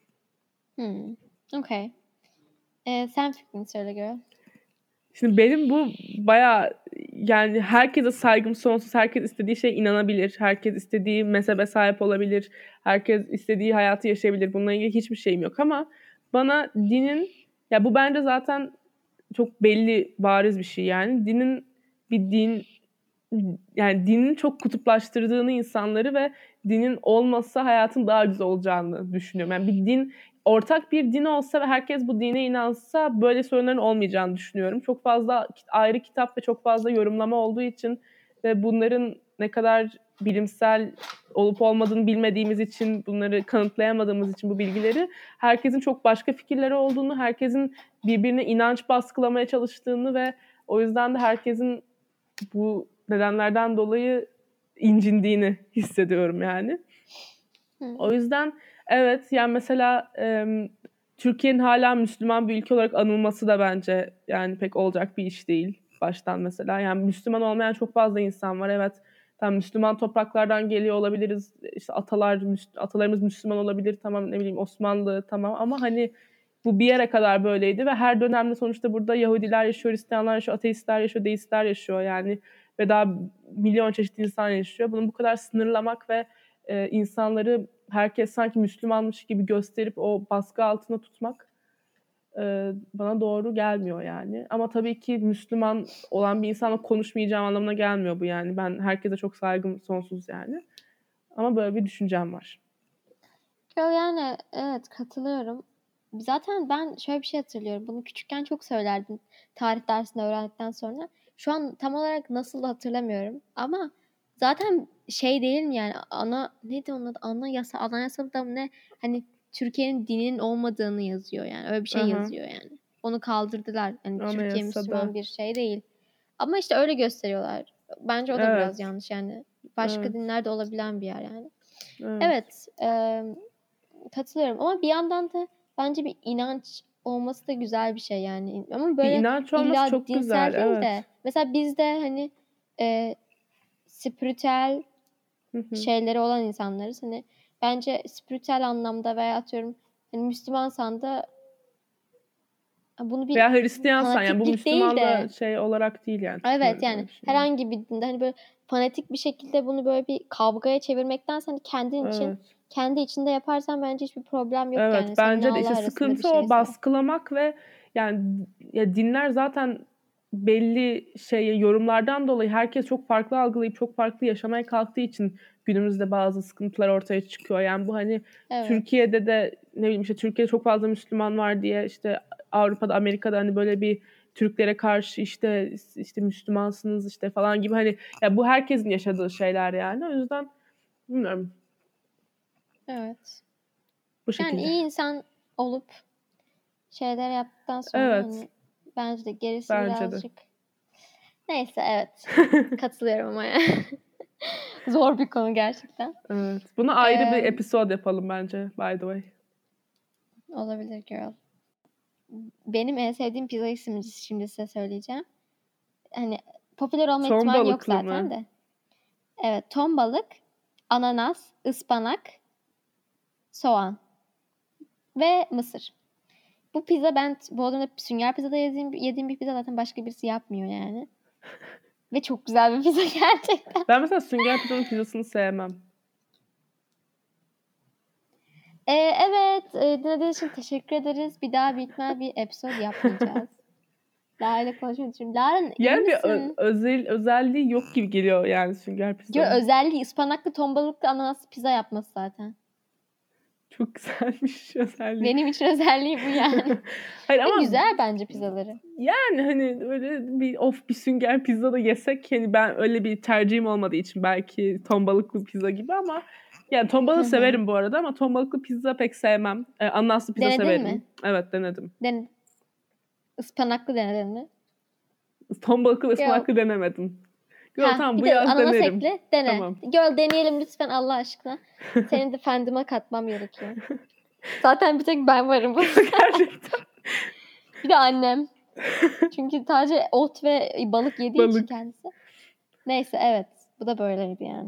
Okay. Sen fikrini söyle girl. Şimdi benim bu bayağı, yani herkese saygım sonsuz. Herkes istediği şeye inanabilir. Herkes istediği mezhebe sahip olabilir. Herkes istediği hayatı yaşayabilir. Bununla ilgili hiçbir şeyim yok ama bana dinin, ya bu bence zaten çok belli, bariz bir şey yani. Dinin bir din, yani dinin çok kutuplaştırdığını insanları ve dinin olmasa hayatın daha güzel olacağını düşünüyorum. Yani bir din, ortak bir din olsa ve herkes bu dine inansa böyle sorunların olmayacağını düşünüyorum. Çok fazla ayrı kitap ve çok fazla yorumlama olduğu için ve bunların ne kadar bilimsel olup olmadığını bilmediğimiz için, bunları kanıtlayamadığımız için bu bilgileri, herkesin çok başka fikirleri olduğunu, herkesin birbirine inanç baskılamaya çalıştığını ve o yüzden de herkesin bu nedenlerden dolayı incindiğini hissediyorum yani. O yüzden evet, yani mesela Türkiye'nin hala Müslüman bir ülke olarak anılması da bence yani pek olacak bir iş değil baştan mesela. Yani Müslüman olmayan çok fazla insan var. Evet, tam Müslüman topraklardan geliyor olabiliriz. İşte atalarımız Müslüman olabilir. Tamam, ne bileyim Osmanlı, tamam, ama hani bu bir yere kadar böyleydi ve her dönemde sonuçta burada Yahudiler yaşıyor, Hristiyanlar yaşıyor, ateistler yaşıyor, deistler yaşıyor yani ve daha milyon çeşit insan yaşıyor. Bunu bu kadar sınırlamak ve insanları herkes sanki Müslümanmış gibi gösterip o baskı altında tutmak bana doğru gelmiyor yani. Ama tabii ki Müslüman olan bir insanla konuşmayacağım anlamına gelmiyor bu yani. Ben herkese çok saygım sonsuz yani. Ama böyle bir düşüncem var. Yani evet, katılıyorum. Zaten ben şöyle bir şey hatırlıyorum. Bunu küçükken çok söylerdim tarih dersinde öğrendikten sonra. Şu an tam olarak nasıl hatırlamıyorum. Ama zaten şey değil mi yani, neydi onun adı? Anayasada mı ne? Hani Türkiye'nin dininin olmadığını yazıyor yani. Öyle bir şey Aha. yazıyor yani. Onu kaldırdılar. Hani Türkiye Anayasada. Müslüman bir şey değil. Ama işte öyle gösteriyorlar. Bence o da biraz yanlış yani. Başka dinler de olabilen bir yer yani. Evet. Katılıyorum ama bir yandan da bence bir inanç olması da güzel bir şey yani. Ama Bir böyle inanç olması illa çok dinsel güzel, değil de evet. mesela bizde hani spiritüel şeyleri olan insanlarız. Hani bence spiritüel anlamda veya atıyorum hani Müslümansan da bunu bir Veya Hristiyansan yani bu fanatiklik değil Müslümanla de şey olarak değil yani. evet yani Öyle bir şey. herhangi bir dinde hani böyle fanatik bir şekilde bunu böyle bir kavgaya çevirmektense hani kendin için Evet. kendi içinde yaparsan bence hiçbir problem yok Evet, yani. Seninle bence de Allah işte arasında bir sıkıntı o şeyse. baskılamak ve yani ya dinler zaten belli yorumlardan dolayı herkes çok farklı algılayıp çok farklı yaşamaya kalktığı için günümüzde bazı sıkıntılar ortaya çıkıyor. Yani bu hani Evet. Türkiye'de de ne bileyim işte Türkiye'de çok fazla Müslüman var diye işte Avrupa'da, Amerika'da hani böyle bir Türklere karşı işte Müslümansınız işte falan gibi, hani ya bu herkesin yaşadığı şeyler yani. O yüzden bilmiyorum. Evet. Bu Yani şekilde. iyi insan olup şeyler yaptıktan sonra Evet. hani bence de gerisi Bence de. birazcık neyse, evet. Katılıyorum ama yani. Zor bir konu gerçekten. Evet. Buna ayrı bir episode yapalım bence, by the way. Olabilir girl. Benim en sevdiğim pizza ismini şimdi size söyleyeceğim. Hani popüler olma Ton ihtimali yok balıklı zaten mı? de. Evet, ton balık, ananas, ıspanak, soğan ve mısır. Bu pizza ben Bodrum'da Sünger Pizza'da yediğim bir pizza, zaten başka birisi yapmıyor yani. Ve çok güzel bir pizza gerçekten. Ben mesela Sünger Pizza'nın pizzasını sevmem. Evet, dinlediğiniz için teşekkür ederiz. Bir daha büyük ihtimal bir episode yapmayacağız. Lara ile konuşmayı düşünüyorum. Lara Yani bir misin? özelliği yok gibi geliyor yani Sünger Pizza'nın. Özelliği ıspanaklı, ton balıklı, ananaslı pizza yapması zaten. Çok güzelmiş özelliği. Benim için özelliği bu yani. Hayır ama güzel bence pizzaları. Yani hani öyle bir Sünger Pizza da yesek, hani ben öyle bir tercihim olmadığı için belki ton balıklı pizza gibi, ama yani ton balığı severim bu arada, ama ton balıklı pizza pek sevmem. Ananaslı pizza denedin severim. Mi? Evet, denedim. Ispanaklı denedin mi? Ton balıklı ıspanaklı denemedim. Tamam, bu yaz ananas denerim. ekle, dene. Tamam. Deneyelim lütfen Allah aşkına. Senin de fandima katmam gerekiyor. Zaten bir tek ben varım. Gerçekten. Bir de annem. Çünkü sadece ot ve balık yediği için kendisi. Neyse, evet. Bu da böyleydi yani.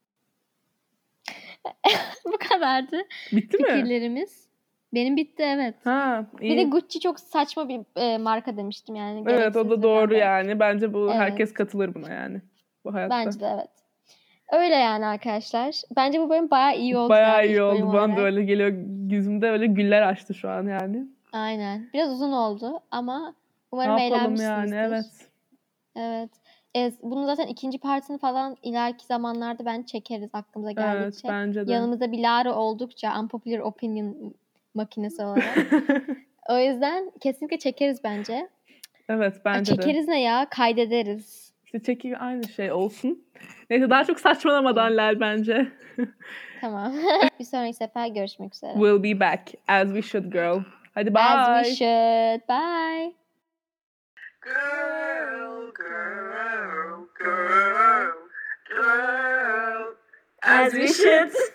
Bu kadardı. Bitti mi? Fikirlerimiz. Benim bitti, evet. Ha, iyi. Bir de Gucci çok saçma bir marka demiştim yani. Evet, o da doğru yani. Bence bu herkes katılır buna yani. Bu hayatta. Bence de evet. Öyle yani arkadaşlar. Bence bu bölüm bayağı iyi oldu. Bayağı iyi oldu. Bana da öyle geliyor. Yüzümde öyle güller açtı şu an yani. Aynen. Biraz uzun oldu ama umarım eğlenmişsinizdir. Yani, evet. Evet. Bunu zaten ikinci partini falan ileriki zamanlarda ben çekeriz aklımıza geldikçe. Evet, bence de. Yanımızda bir Lara oldukça unpopular opinion makinesi olarak. O yüzden kesinlikle çekeriz bence. Evet, bence de. Çekeriz ne ya? Kaydederiz. İşte aynı şey olsun. Neyse, daha çok saçmalamadan Lel bence. Tamam. Bir sonraki sefer görüşmek üzere. We'll be back as we should, girl. Hadi bye. As we should. Bye. As we should.